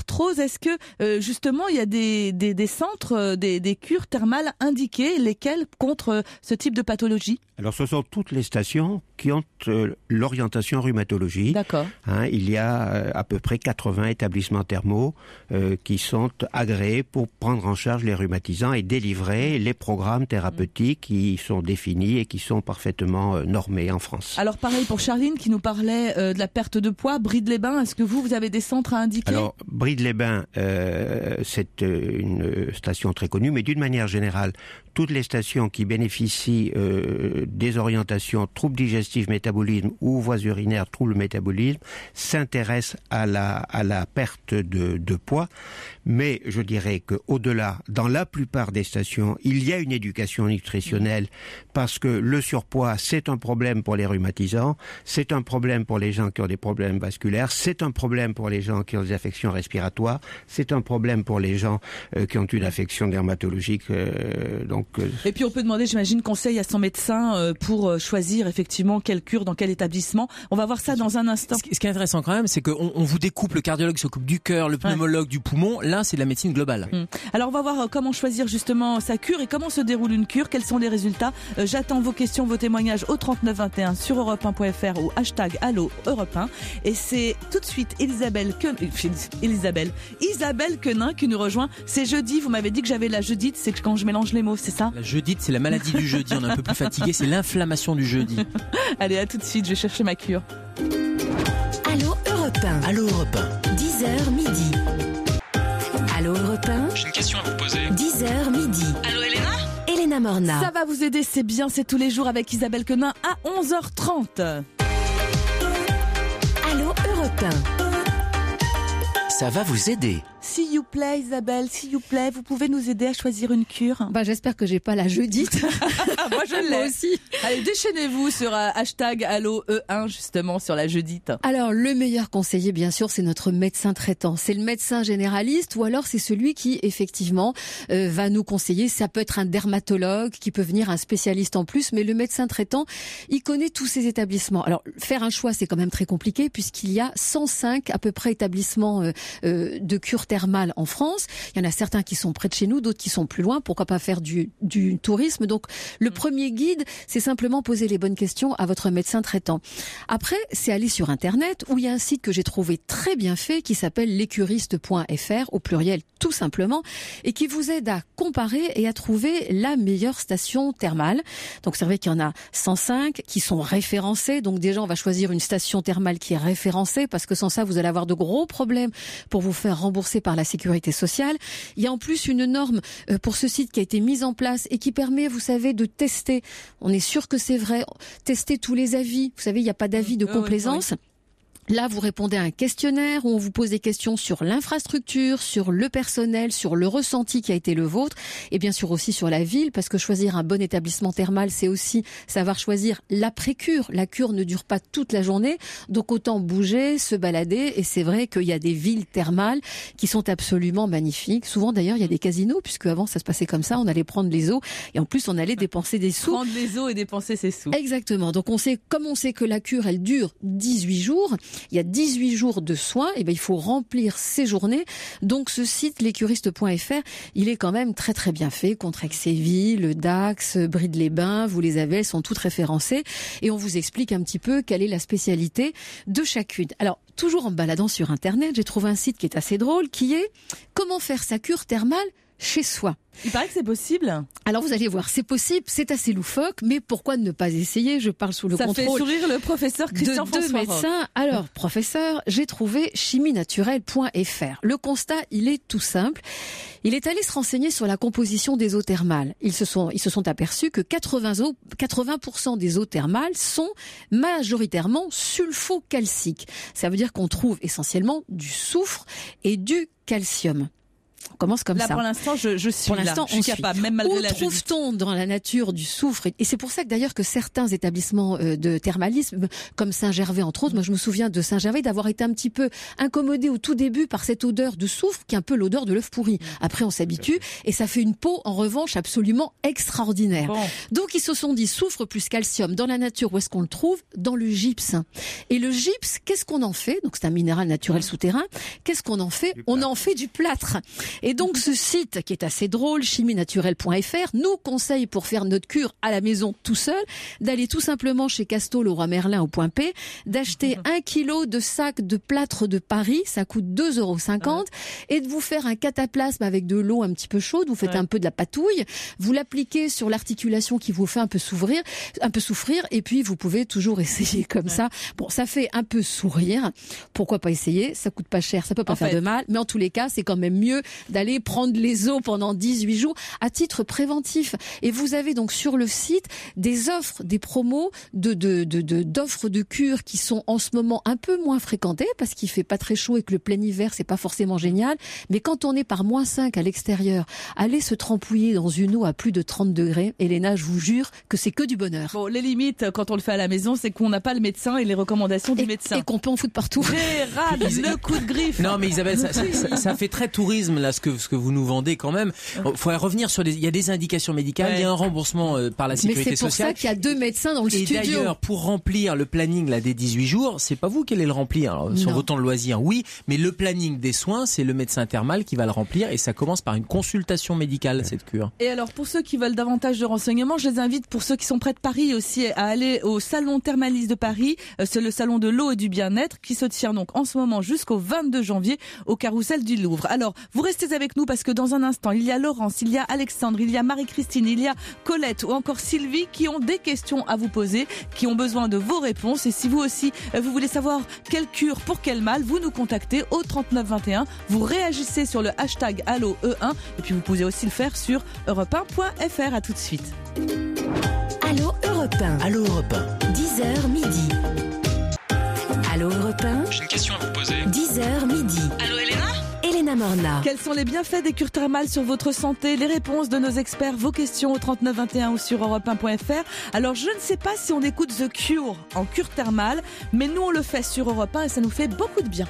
est-ce que euh, justement il y a des, des, des centres, des, des cures thermales indiquées, lesquelles contre ce type de pathologie? Alors ce sont toutes les stations qui ont euh, l'orientation rhumatologie. D'accord. Hein, il y a euh, à peu près quatre-vingts établissements thermaux euh, qui sont agréés pour prendre en charge les rhumatisants et délivrer les programmes thérapeutiques qui sont définis et qui sont parfaitement euh, normés en France. Alors pareil pour Charline qui nous parlait euh, de la perte de poids, Bride-les-Bains, est-ce que vous, vous avez des centres à indiquer? Alors Bride-les-Bains, euh, c'est euh, une station très connue, mais d'une manière générale, toutes les stations qui bénéficient euh, des orientations troubles digestifs, métabolisme ou voies urinaires, troubles métabolisme, s'intéressent à la, à la perte de, de poids. Mais je dirais qu'au-delà, dans la plupart des stations, il y a une éducation nutritionnelle parce que le surpoids, c'est un problème pour les rhumatisants, c'est un problème pour les gens qui ont des problèmes vasculaires, c'est un problème pour les gens qui ont des affections respiratoires, c'est un problème pour les gens euh, qui ont une affection dermatologique. Euh, donc, euh... Et puis on peut demander, j'imagine, conseil à son médecin euh, pour choisir effectivement quelle cure, dans quel établissement. On va voir ça dans un instant. Ce qui est intéressant quand même, c'est qu'on on vous découpe, le cardiologue s'occupe du cœur, le pneumologue ouais. du poumon. Là, c'est de la médecine globale. Hum. Alors on va voir comment choisir justement sa cure et comment se déroule une cure, quels sont les résultats. Euh, j'attends vos questions, vos témoignages au trente-neuf vingt et un sur europe un point f r ou hashtag Allo Europe un. Et c'est tout de suite Elisabeth Quenin, Elisabeth, Isabelle Quenin qui nous rejoint. C'est jeudi, vous m'avez dit que j'avais la jeudite, c'est quand je mélange les mots, c'est ça? La jeudite, c'est la maladie du jeudi, on est un peu plus fatigué, c'est l'inflammation du jeudi. Allez, à tout de suite, je vais chercher ma cure. Allo Europe un. Allo Europe un. dix heures midi. Allo Europe un. J'ai une question à vous poser. dix heures midi. Allô Elena? Elena Morna. Ça va vous aider, c'est bien, c'est tous les jours avec Isabelle Quenin à onze heures trente. Allo Europe un. Ça va vous aider. S'il vous plaît, Isabelle, s'il vous plaît, vous pouvez nous aider à choisir une cure? Bah, j'espère que j'ai pas la jeudite. Moi, je l'ai. Moi aussi. Allez, déchaînez-vous sur euh, hashtag Allo E un, justement, sur la jeudite. Alors, le meilleur conseiller, bien sûr, c'est notre médecin traitant. C'est le médecin généraliste ou alors c'est celui qui, effectivement, euh, va nous conseiller. Ça peut être un dermatologue qui peut venir, un spécialiste en plus, mais le médecin traitant, il connaît tous ces établissements. Alors, faire un choix, c'est quand même très compliqué puisqu'il y a cent cinq à peu près établissements euh, euh, de cure thermale en France. Il y en a certains qui sont près de chez nous, d'autres qui sont plus loin. Pourquoi pas faire du, du tourisme? Donc, le premier guide, c'est simplement poser les bonnes questions à votre médecin traitant. Après, c'est aller sur Internet où il y a un site que j'ai trouvé très bien fait qui s'appelle l'écuriste point f r, au pluriel tout simplement, et qui vous aide à comparer et à trouver la meilleure station thermale. Donc, c'est vrai qu'il y en a cent cinq qui sont référencées. Donc, déjà, on va choisir une station thermale qui est référencée parce que sans ça, vous allez avoir de gros problèmes pour vous faire rembourser par la sécurité sociale. Il y a en plus une norme pour ce site qui a été mise en place et qui permet, vous savez, de tester. On est sûr que c'est vrai. Tester tous les avis. Vous savez, il n'y a pas d'avis de complaisance. Là, vous répondez à un questionnaire où on vous pose des questions sur l'infrastructure, sur le personnel, sur le ressenti qui a été le vôtre et bien sûr aussi sur la ville parce que choisir un bon établissement thermal, c'est aussi savoir choisir l'après-cure. La cure ne dure pas toute la journée, donc autant bouger, se balader et c'est vrai qu'il y a des villes thermales qui sont absolument magnifiques. Souvent d'ailleurs, il y a des casinos puisque avant ça se passait comme ça, on allait prendre les eaux et en plus on allait dépenser des sous. Prendre les eaux et dépenser ses sous. Exactement. Donc on sait, comme on sait que la cure, elle dure dix-huit jours, il y a dix-huit jours de soins, et ben il faut remplir ces journées. Donc ce site, l'écuriste point f r, il est quand même très très bien fait. Contrexéville, Dax, Bride-les-Bains, vous les avez, elles sont toutes référencées. Et on vous explique un petit peu quelle est la spécialité de chacune. Alors, toujours en baladant sur Internet, j'ai trouvé un site qui est assez drôle, qui est « Comment faire sa cure thermale chez soi ». Il paraît que c'est possible. Alors vous allez voir, c'est possible, c'est assez loufoque, mais pourquoi ne pas essayer? Je parle sous le Ça contrôle. Ça fait sourire le professeur Christian de deux médecins. Alors professeur, j'ai trouvé chimie naturelle point f r. Le constat, il est tout simple. Il est allé se renseigner sur la composition des eaux thermales. Ils se sont, ils se sont aperçus que quatre-vingts pour cent des eaux thermales sont majoritairement sulfocalciques. Ça veut dire qu'on trouve essentiellement du soufre et du calcium. On commence comme là, ça. Pour l'instant, je, je suis pour là. l'instant, je suis on capable, suit. même malgré Où la trouve-t-on dans la nature du soufre? Et c'est pour ça que d'ailleurs que certains établissements de thermalisme, comme Saint-Gervais entre autres, moi je me souviens de Saint-Gervais d'avoir été un petit peu incommodé au tout début par cette odeur de soufre qui est un peu l'odeur de l'œuf pourri. Après on s'habitue et ça fait une peau en revanche absolument extraordinaire. Bon. Donc ils se sont dit soufre plus calcium dans la nature, où est-ce qu'on le trouve? Dans le gypse. Et le gypse, qu'est-ce qu'on en fait? Donc c'est un minéral naturel souterrain. Qu'est-ce qu'on en fait? On en fait du plâtre. Et donc ce site qui est assez drôle, chimie naturelle point f r, nous conseille pour faire notre cure à la maison tout seul, d'aller tout simplement chez Casto, le Roi Merlin au Point P, d'acheter un kilo de sac de plâtre de Paris, ça coûte deux euros cinquante, ouais. et de vous faire un cataplasme avec de l'eau un petit peu chaude, vous faites ouais. un peu de la patouille, vous l'appliquez sur l'articulation qui vous fait un peu s'ouvrir, un peu souffrir, et puis vous pouvez toujours essayer comme ouais. ça. Bon, ça fait un peu sourire. Pourquoi pas essayer? Ça coûte pas cher, ça peut pas en faire fait. de mal, mais en tous les cas, c'est quand même mieux d'aller prendre les eaux pendant dix-huit jours à titre préventif. Et vous avez donc sur le site des offres, des promos de, de, de, de, d'offres de cure qui sont en ce moment un peu moins fréquentées parce qu'il fait pas très chaud et que le plein hiver c'est pas forcément génial. Mais quand on est par moins cinq à l'extérieur, aller se trempouiller dans une eau à plus de trente degrés, Elena, je vous jure que c'est que du bonheur. Bon, les limites quand on le fait à la maison, c'est qu'on n'a pas le médecin et les recommandations du et, médecin. Et qu'on peut en foutre partout. Gérard, le coup de griffe. Non mais Isabelle, ça, ça, ça, ça fait très tourisme là ce que ce que vous nous vendez quand même. Il faudrait revenir sur les. Il y a des indications médicales, ouais. il y a un remboursement euh, par la sécurité sociale. Mais c'est pour sociale. ça qu'il y a deux médecins dans le et studio. Et d'ailleurs, pour remplir le planning là des dix-huit jours, c'est pas vous qui allez le remplir. Alors, sur vos temps de loisirs, oui, mais le planning des soins, c'est le médecin thermal qui va le remplir et ça commence par une consultation médicale cette cure. Et alors pour ceux qui veulent davantage de renseignements, je les invite pour ceux qui sont près de Paris aussi à aller au salon Thermalis de Paris. C'est le salon de l'eau et du bien-être qui se tient donc en ce moment jusqu'au vingt-deux janvier au Carrousel du Louvre. Alors, vous restez avec nous parce que dans un instant, il y a Laurence, il y a Alexandre, il y a Marie-Christine, il y a Colette ou encore Sylvie qui ont des questions à vous poser, qui ont besoin de vos réponses. Et si vous aussi, vous voulez savoir quelle cure pour quel mal, vous nous contactez au trente-neuf vingt et un. Vous réagissez sur le hashtag Allo E un et puis vous pouvez aussi le faire sur europe un point f r. À tout de suite. Allo Europe un. Allo Europe un. dix heures midi. Allo Europe un. J'ai une question à vous poser. dix heures midi. Allô Elena? Elena Morna. Quels sont les bienfaits des cures thermales sur votre santé? Les réponses de nos experts, vos questions au trente-neuf vingt et un ou sur europe un point f r. Alors je ne sais pas si on écoute The Cure en cure thermale, mais nous on le fait sur Europe un et ça nous fait beaucoup de bien.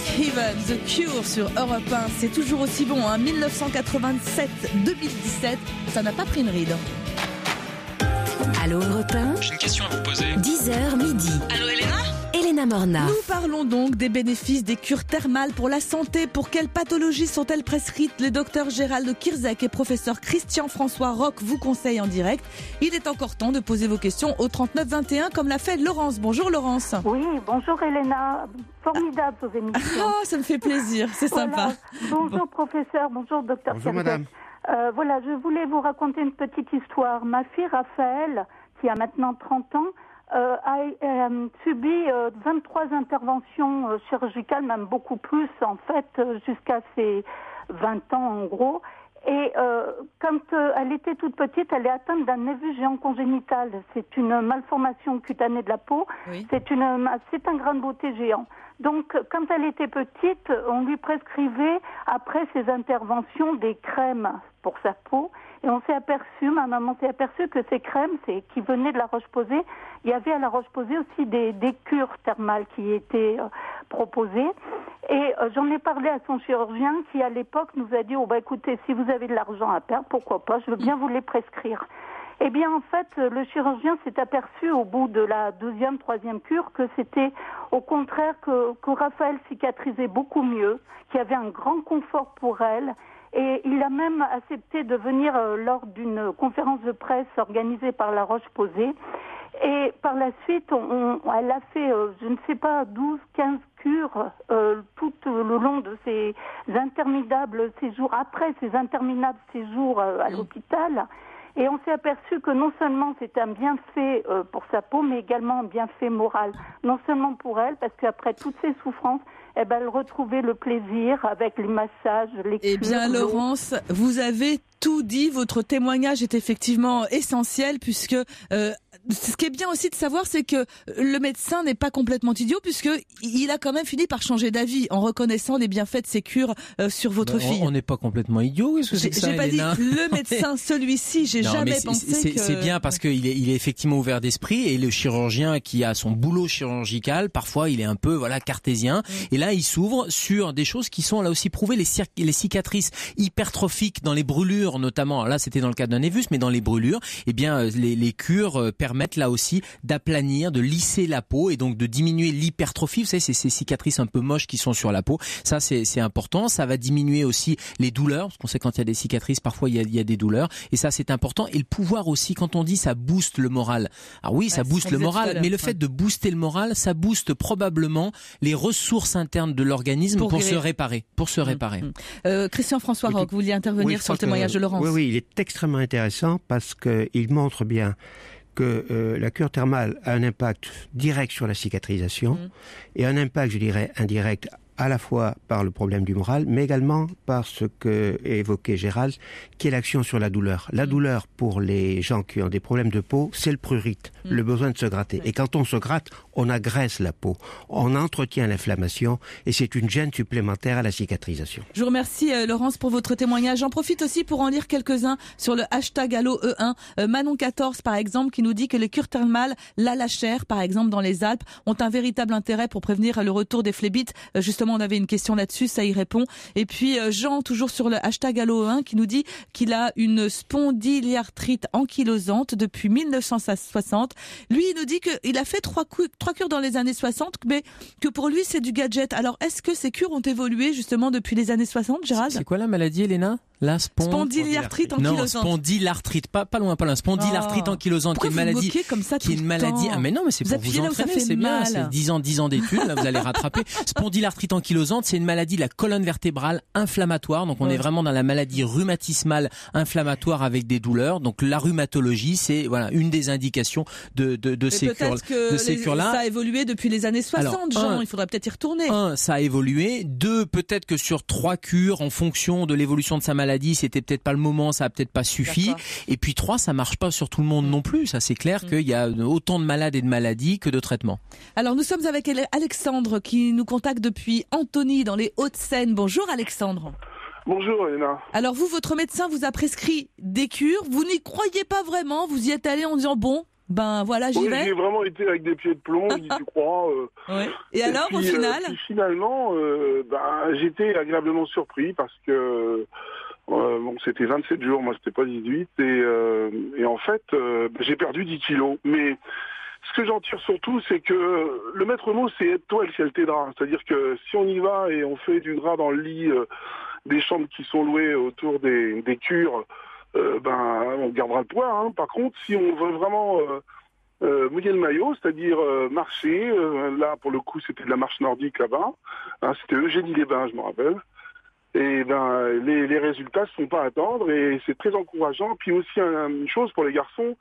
Even, The Cure sur Europe un. C'est toujours aussi bon, hein. dix-neuf cent quatre-vingt-sept deux mille dix-sept, ça n'a pas pris une ride. Allô Europe un. J'ai une question à vous poser. dix heures midi. Allô Elena ? Elena Morna. Nous parlons donc des bénéfices des cures thermales pour la santé. Pour quelles pathologies sont-elles prescrites ? Les docteurs Gérald Kirzek et professeur Christian-François Roch vous conseillent en direct. Il est encore temps de poser vos questions au trente-neuf vingt et un comme l'a fait Laurence. Bonjour Laurence. Oui, bonjour Elena. Formidable vos émissions. Ah, ça me fait plaisir, c'est voilà. sympa. Bonjour bon. professeur, bonjour docteur Bonjour Kirzek. madame. Euh, voilà, je voulais vous raconter une petite histoire. Ma fille Raphaël, qui a maintenant trente ans, euh, a euh, subi euh, vingt-trois interventions euh, chirurgicales, même beaucoup plus en fait, euh, jusqu'à ses vingt ans en gros. Et euh, quand euh, elle était toute petite, elle est atteinte d'un névus géant congénital. C'est une malformation cutanée de la peau. Oui. C'est une, c'est un grain de beauté géant. Donc, quand elle était petite, on lui prescrivait, après ses interventions, des crèmes pour sa peau. Et on s'est aperçu, ma maman s'est aperçue que ces crèmes, c'est, qui venaient de la Roche-Posay, il y avait à la Roche-Posay aussi des, des cures thermales qui étaient euh, proposées. Et euh, j'en ai parlé à son chirurgien qui, à l'époque, nous a dit, oh bah écoutez, si vous avez de l'argent à perdre, pourquoi pas, je veux bien vous les prescrire. Eh bien, en fait, le chirurgien s'est aperçu au bout de la deuxième, troisième cure que c'était au contraire que, que Raphaël cicatrisait beaucoup mieux, qu'il y avait un grand confort pour elle. Et il a même accepté de venir euh, lors d'une conférence de presse organisée par la Roche-Posay. Et par la suite, on, on, elle a fait, euh, je ne sais pas, douze, quinze cures euh, tout le long de ces interminables séjours, après ces interminables séjours euh, à l'hôpital. Et on s'est aperçu que non seulement c'était un bienfait euh, pour sa peau, mais également un bienfait moral. Non seulement pour elle, parce qu'après toutes ces souffrances, eh ben, elle retrouvait le plaisir avec les massages, les cures. Eh bien, Laurence, vous avez tout dit. Votre témoignage est effectivement essentiel puisque euh, ce qui est bien aussi de savoir, c'est que le médecin n'est pas complètement idiot puisque il a quand même fini par changer d'avis en reconnaissant les bienfaits de ces cures euh, sur votre bah, fille. On n'est pas complètement idiot. Qu'est-ce que c'est que ça, j'ai pas Elena dit le médecin, celui-ci. J'ai non, jamais c'est, pensé c'est, que. C'est bien parce qu'il est, il est effectivement ouvert d'esprit et le chirurgien qui a son boulot chirurgical, parfois il est un peu voilà cartésien. Mm. Et là, il s'ouvre sur des choses qui sont là aussi prouvées, les, cir- les cicatrices hypertrophiques dans les brûlures, notamment. Alors là, c'était dans le cas d'un névus, mais dans les brûlures, eh bien, les, les cures permettent là aussi d'aplanir, de lisser la peau et donc de diminuer l'hypertrophie. Vous savez, c'est ces cicatrices un peu moches qui sont sur la peau. Ça, c'est, c'est important. Ça va diminuer aussi les douleurs, parce qu'on sait quand il y a des cicatrices, parfois il y a, il y a des douleurs. Et ça, c'est important. Et le pouvoir aussi, quand on dit ça booste le moral. Alors oui, ça ouais, booste le moral, mais le fait ouais. de booster le moral, ça booste probablement les ressources internes de l'organisme pour, pour se réparer. Pour se réparer. Mmh. Euh, Christian-François Roch, vous vouliez intervenir oui, sur le témoignage que, de Laurence. Oui, oui, il est extrêmement intéressant parce qu'il montre bien que euh, la cure thermale a un impact direct sur la cicatrisation mmh. et un impact, je dirais, indirect à la fois par le problème du moral, mais également par ce que évoquait Gérald, qui est l'action sur la douleur. La mmh. douleur pour les gens qui ont des problèmes de peau, c'est le prurite, mmh. le besoin de se gratter. Et quand on se gratte, on agresse la peau, on entretient l'inflammation et c'est une gêne supplémentaire à la cicatrisation. Je vous remercie euh, Laurence pour votre témoignage. J'en profite aussi pour en lire quelques-uns sur le hashtag Allo E un. Euh, Manon quatorze par exemple qui nous dit que les cures thermales, la lachère par exemple dans les Alpes, ont un véritable intérêt pour prévenir le retour des phlébites. Euh, justement, on avait une question là-dessus, ça y répond. Et puis euh, Jean, toujours sur le hashtag Allo E un, qui nous dit qu'il a une spondylarthrite ankylosante depuis mille neuf cent soixante. Lui, il nous dit qu'il a fait trois, coups, trois cures dans les années soixante, mais que pour lui, c'est du gadget. Alors, est-ce que ces cures ont évolué justement depuis les années soixante, Gérald ? C'est quoi la maladie, Elena ? La spond... spondylarthrite ankylosante. Non, spondylarthrite, pas pas loin, pas loin. Spondylarthrite oh. ankylosante, qui est une maladie, comme ça qui est une maladie. Ah mais non, mais c'est vous pour vous entraîner, c'est mal. bien. C'est dix ans, dix ans d'études, là vous allez rattraper. Spondylarthrite ankylosante, c'est une maladie de la colonne vertébrale inflammatoire. Donc on ouais. est vraiment dans la maladie rhumatismale inflammatoire avec des douleurs. Donc la rhumatologie, c'est voilà une des indications de de, de ces cures, de ces cures-là. Ça a évolué depuis les années soixante, Alors, Jean. Un, il faudrait peut-être y retourner. Un, ça a évolué. Deux, peut-être que sur trois cures, en fonction de l'évolution de sa maladie, c'était peut-être pas le moment, ça a peut-être pas suffi. D'accord. Et puis trois, ça marche pas sur tout le monde non plus. Ça c'est clair mmh. qu'il y a autant de malades et de maladies que de traitements. Alors nous sommes avec Alexandre qui nous contacte depuis Antony dans les Hauts-de-Seine. Bonjour Alexandre. Bonjour Elena. Alors vous, votre médecin vous a prescrit des cures. Vous n'y croyez pas vraiment. Vous y êtes allé en disant bon, Ben voilà, j'y oui, vais. J'ai vraiment été avec des pieds de plomb, j'y crois. Euh, ouais. Et, et alors, puis, au final euh, puis Finalement, euh, ben, j'étais agréablement surpris parce que euh, bon, c'était vingt-sept jours, moi c'était pas dix-huit, et, euh, et en fait, euh, j'ai perdu dix kilos. Mais ce que j'en tire surtout, c'est que le maître mot, c'est aide-toi, le ciel t'aidera. C'est-à-dire que si on y va et on fait du drap dans le lit, euh, des chambres qui sont louées autour des, des cures, Euh, ben, on gardera le poids. Hein. Par contre, si on veut vraiment euh, euh, mouiller le maillot, c'est-à-dire euh, marcher, euh, là, pour le coup, c'était de la marche nordique là-bas. Hein, c'était Eugénie-les-Bains, je me rappelle. Et ben, les, les résultats ne se font pas attendre et c'est très encourageant. Puis aussi, un, une chose pour les garçons,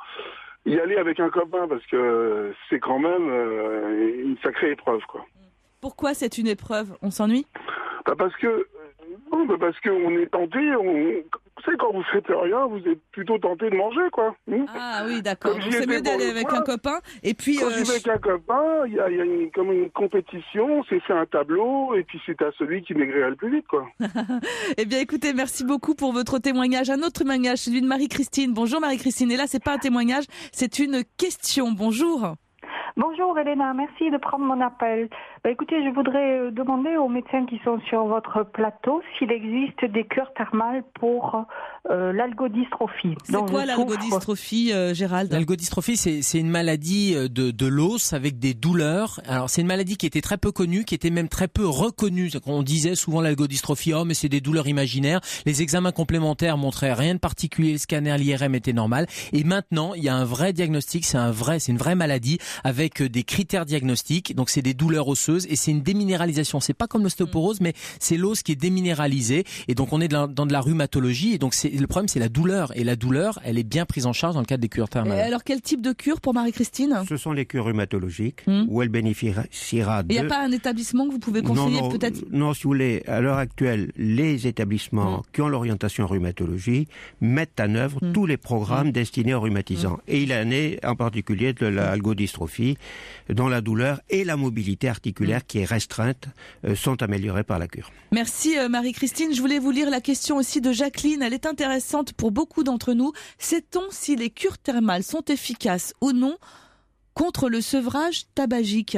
y aller avec un copain parce que c'est quand même euh, une sacrée épreuve, quoi. Pourquoi c'est une épreuve? On s'ennuie? Bah parce que non, bah parce qu'on est tenté. On... Vous savez, quand vous faites rien, vous êtes plutôt tenté de manger, quoi. Mmh. Ah oui, d'accord. Donc c'est mieux d'aller avec un copain. Et puis quand euh, je vais avec un copain, il y a, y a une, comme une compétition. C'est fait un tableau et puis c'est à celui qui maigrira le plus vite, quoi. Eh bien, écoutez, merci beaucoup pour votre témoignage. Un autre témoignage, celui de Marie-Christine. Bonjour Marie-Christine. Et là, c'est pas un témoignage, c'est une question. Bonjour. Bonjour Elena, merci de prendre mon appel. Bah, écoutez, je voudrais demander aux médecins qui sont sur votre plateau s'il existe des cures thermales pour euh, l'algodystrophie. C'est quoi l'algodystrophie, euh, Gérald? L'algodystrophie, c'est, c'est une maladie de, de l'os avec des douleurs. Alors, c'est une maladie qui était très peu connue, qui était même très peu reconnue. On disait souvent l'algodystrophie, oh, mais c'est des douleurs imaginaires. Les examens complémentaires montraient rien de particulier. Le scanner, l'I R M était normal. Et maintenant, il y a un vrai diagnostic. C'est un vrai, c'est une vraie maladie avec des critères diagnostiques. Donc, c'est des douleurs osseuses et c'est une déminéralisation. C'est pas comme l'ostéoporose, mais c'est l'os qui est déminéralisé. Et donc, on est dans de la rhumatologie. Et donc, c'est, le problème, c'est la douleur. Et la douleur, elle est bien prise en charge dans le cadre des cures thermales. Et alors, quel type de cure pour Marie-Christine? Ce sont les cures rhumatologiques mmh. où elle bénéficiera de... Il n'y a pas un établissement que vous pouvez conseiller, non, non, peut-être? Non, si vous voulez, à l'heure actuelle, les établissements mmh. qui ont l'orientation rhumatologie mettent en œuvre mmh. tous les programmes mmh. destinés aux rhumatisants. Mmh. Et il en est en particulier de l'algodystrophie, dont la douleur et la mobilité articulaire mmh. qui est restreinte euh, sont améliorées par la cure. Merci euh, Marie-Christine. Je voulais vous lire la question aussi de Jacqueline. Elle est intéressante pour beaucoup d'entre nous. Sait-on si les cures thermales sont efficaces ou non contre le sevrage tabagique?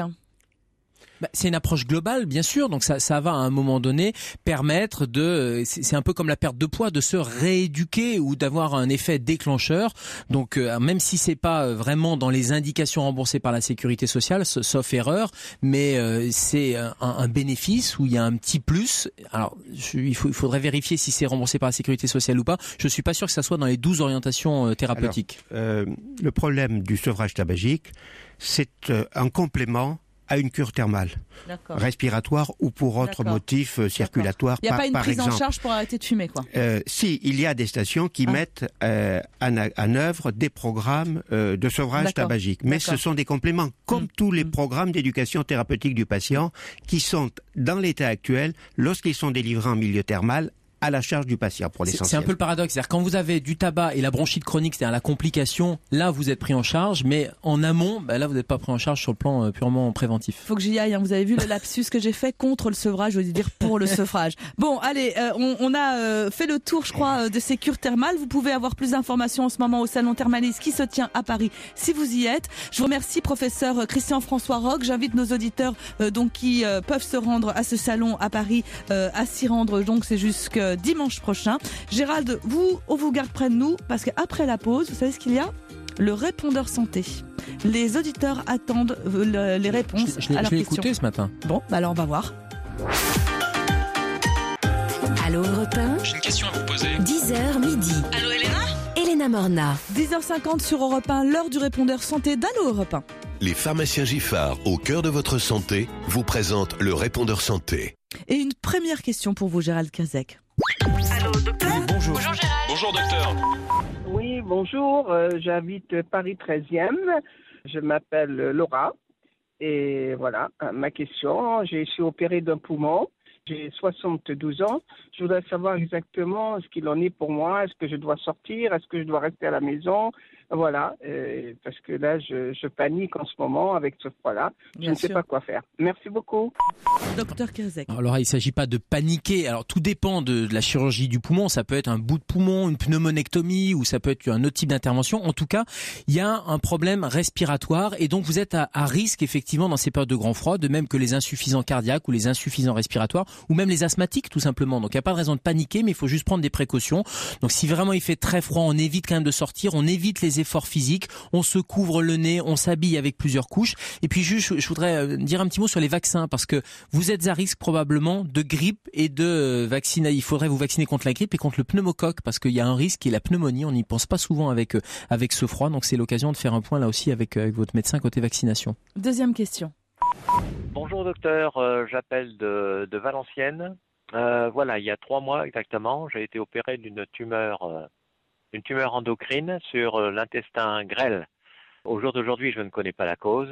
Bah, c'est une approche globale, bien sûr. Donc ça, ça va à un moment donné permettre de, c'est, c'est un peu comme la perte de poids, de se rééduquer ou d'avoir un effet déclencheur. Donc euh, même si c'est pas vraiment dans les indications remboursées par la sécurité sociale, sauf erreur, mais euh, c'est un, un bénéfice où il y a un petit plus. Alors je, il, faut, il faudrait vérifier si c'est remboursé par la sécurité sociale ou pas. Je suis pas sûr que ça soit dans les douze orientations euh, thérapeutiques. Alors, euh, le problème du sevrage tabagique, c'est euh, un complément à une cure thermale, D'accord. respiratoire ou pour autre D'accord. motif euh, circulatoire. Il n'y a par, pas une par prise exemple. en charge pour arrêter de fumer, quoi. Euh, si, il y a des stations qui ah. mettent euh, en, en œuvre des programmes euh, de sevrage D'accord. tabagique, mais D'accord. ce sont des compléments, comme mmh. tous les mmh. programmes d'éducation thérapeutique du patient, qui sont dans l'état actuel, lorsqu'ils sont délivrés en milieu thermal, à la charge du patient pour l'essentiel. C'est un peu le paradoxe, c'est-à-dire quand vous avez du tabac et la bronchite chronique, c'est-à-dire la complication, là vous êtes pris en charge, mais en amont, bah, là vous n'êtes pas pris en charge sur le plan euh, purement préventif. Faut que j'y aille, hein. Vous avez vu le lapsus que j'ai fait contre le sevrage, je veux dire pour le sevrage. Bon, allez, euh, on, on a euh, fait le tour, je crois, de ces cures thermales. Vous pouvez avoir plus d'informations en ce moment au Salon Thermalis qui se tient à Paris, si vous y êtes. Je vous remercie, professeur Christian-François Roch. J'invite nos auditeurs euh, donc qui euh, peuvent se rendre à ce salon à Paris, euh, à s'y rendre. Donc c'est jusqu'à dimanche prochain. Gérald, vous, on vous garde près de nous parce qu'après la pause, vous savez ce qu'il y a? Le répondeur santé. Les auditeurs attendent le, les réponses je, je, à leurs questions. Je l'ai écouté ce matin. Bon, bah alors on va voir. Allô Europe un. J'ai une question à vous poser. dix heures midi. Allô Elena? Elena Morna. dix heures cinquante sur Europe un, l'heure du répondeur santé d'Allô Europe un. Les pharmaciens Giffard, au cœur de votre santé, vous présentent le répondeur santé. Et une première question pour vous, Gérald Kazek. Allô, docteur? Oui, bonjour. Bonjour, Gérald. Bonjour, docteur. Oui, bonjour. Euh, j'habite Paris treizième. Je m'appelle Laura. Et voilà, ma question. J'ai été opérée d'un poumon. J'ai soixante-douze ans. Je voudrais savoir exactement ce qu'il en est pour moi. Est-ce que je dois sortir? Est-ce que je dois rester à la maison? Voilà, euh, parce que là, je, je panique en ce moment avec ce froid-là. Je Bien ne sais sûr. pas quoi faire. Merci beaucoup. Docteur Kirzek. Alors Laura, il ne s'agit pas de paniquer. Alors tout dépend de, de la chirurgie du poumon. Ça peut être un bout de poumon, une pneumonectomie, ou ça peut être un autre type d'intervention. En tout cas, il y a un problème respiratoire et donc vous êtes à, à risque effectivement dans ces périodes de grand froid, de même que les insuffisants cardiaques ou les insuffisants respiratoires, ou même les asthmatiques tout simplement. Donc il n'y a pas de raison de paniquer, mais il faut juste prendre des précautions. Donc si vraiment il fait très froid, on évite quand même de sortir, on évite les efforts physiques, on se couvre le nez, on s'habille avec plusieurs couches. Et puis juste, je voudrais dire un petit mot sur les vaccins, parce que vous êtes à risque probablement de grippe et de vacciner. Il faudrait vous vacciner contre la grippe et contre le pneumocoque, parce qu'il y a un risque qui est la pneumonie. On n'y pense pas souvent avec avec ce froid, donc c'est l'occasion de faire un point là aussi avec, avec votre médecin côté vaccination. Deuxième question. Bonjour docteur, euh, j'appelle de, de Valenciennes. Euh, voilà, il y a trois mois exactement, j'ai été opéré d'une tumeur, euh, une tumeur endocrine sur euh, l'intestin grêle. Au jour d'aujourd'hui, je ne connais pas la cause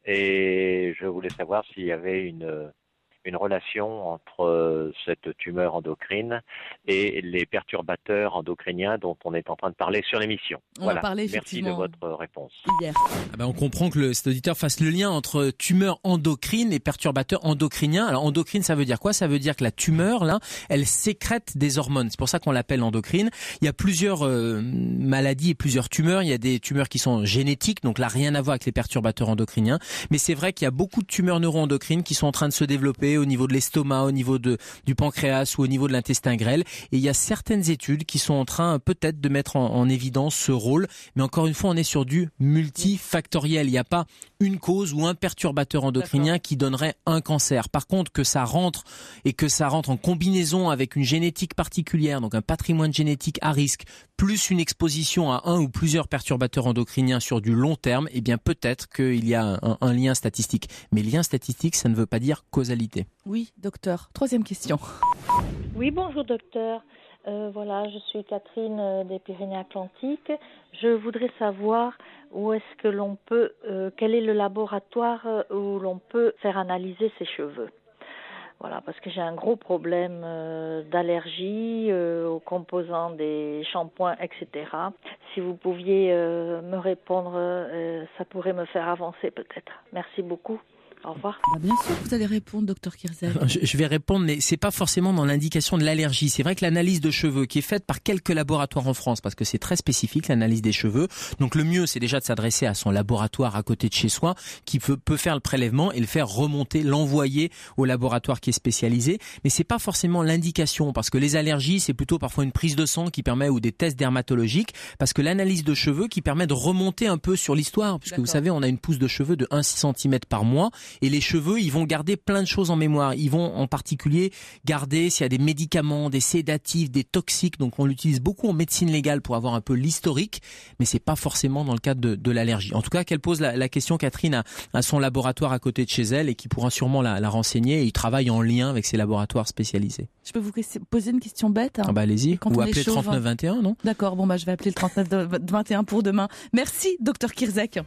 et je voulais savoir s'il y avait une, une relation entre euh, cette tumeur endocrine et les perturbateurs endocriniens dont on est en train de parler sur l'émission. On voilà. va parler Merci effectivement de votre réponse. Hier. Ah ben on comprend que le, cet auditeur fasse le lien entre tumeur endocrine et perturbateurs endocriniens. Alors endocrine, ça veut dire quoi? Ça veut dire que la tumeur, là, elle sécrète des hormones. C'est pour ça qu'on l'appelle endocrine. Il y a plusieurs euh, maladies et plusieurs tumeurs. Il y a des tumeurs qui sont génétiques, donc là, rien à voir avec les perturbateurs endocriniens. Mais c'est vrai qu'il y a beaucoup de tumeurs neuroendocrines qui sont en train de se développer au niveau de l'estomac, au niveau de, du pancréas ou au niveau de l'intestin grêle. Et il y a certaines études qui sont en train peut-être de mettre en, en évidence ce rôle. Mais encore une fois, on est sur du multifactoriel. Il n'y a pas une cause ou un perturbateur endocrinien D'accord. qui donnerait un cancer. Par contre, que ça rentre et que ça rentre en combinaison avec une génétique particulière, donc un patrimoine génétique à risque, plus une exposition à un ou plusieurs perturbateurs endocriniens sur du long terme, eh bien peut-être qu'il y a un, un lien statistique. Mais lien statistique, ça ne veut pas dire causalité. Oui, docteur. Troisième question. Oui, bonjour docteur. Euh, voilà, je suis Catherine euh, des Pyrénées-Atlantiques. Je voudrais savoir où est-ce que l'on peut, euh, quel est le laboratoire euh, où l'on peut faire analyser ses cheveux. Voilà, parce que j'ai un gros problème euh, d'allergie euh, aux composants des shampoings, et cetera. Si vous pouviez euh, me répondre, euh, ça pourrait me faire avancer peut-être. Merci beaucoup. Au revoir. Bah bien sûr que vous allez répondre, docteur Kirzek. Je, je vais répondre, mais c'est pas forcément dans l'indication de l'allergie. C'est vrai que l'analyse de cheveux, qui est faite par quelques laboratoires en France, parce que c'est très spécifique l'analyse des cheveux. Donc le mieux, c'est déjà de s'adresser à son laboratoire à côté de chez soi, qui peut, peut faire le prélèvement et le faire remonter, l'envoyer au laboratoire qui est spécialisé. Mais c'est pas forcément l'indication, parce que les allergies, c'est plutôt parfois une prise de sang qui permet, ou des tests dermatologiques, parce que l'analyse de cheveux qui permet de remonter un peu sur l'histoire, puisque D'accord. vous savez, on a une pousse de cheveux de un virgule six centimètres par mois. Et les cheveux, ils vont garder plein de choses en mémoire. Ils vont en particulier garder s'il y a des médicaments, des sédatifs, des toxiques. Donc on l'utilise beaucoup en médecine légale pour avoir un peu l'historique, mais c'est pas forcément dans le cadre de, de l'allergie. En tout cas, qu'elle pose la, la question, Catherine, à, à son laboratoire à côté de chez elle et qui pourra sûrement la, la renseigner. Et il travaille en lien avec ces laboratoires spécialisés. Je peux vous poser une question bête hein. Ah bah allez-y, ou appelez le trente-neuf vingt et un, non? D'accord, bon bah je vais appeler le trente-neuf vingt et un pour demain. Merci, docteur Kirzek.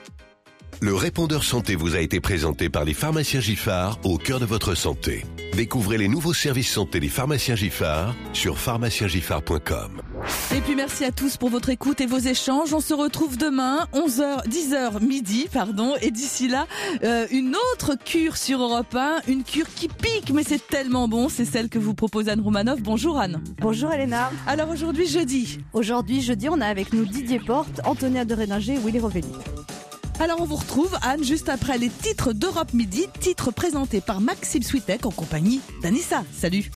Le répondeur santé vous a été présenté par les pharmaciens Giffard au cœur de votre santé. Découvrez les nouveaux services santé des pharmaciens Giffard sur pharmacien giffard point com. Et puis merci à tous pour votre écoute et vos échanges. On se retrouve demain, onze heures, dix heures midi, pardon. Et d'ici là, euh, une autre cure sur Europe un, une cure qui pique, mais c'est tellement bon. C'est celle que vous propose Anne Roumanoff. Bonjour Anne. Bonjour Elena. Alors aujourd'hui jeudi. Aujourd'hui jeudi, on a avec nous Didier Porte, Antonia de Réninger et Willy Rovelli. Alors on vous retrouve, Anne, juste après les titres d'Europe Midi, titres présentés par Maxime Switek en compagnie d'Anissa. Salut.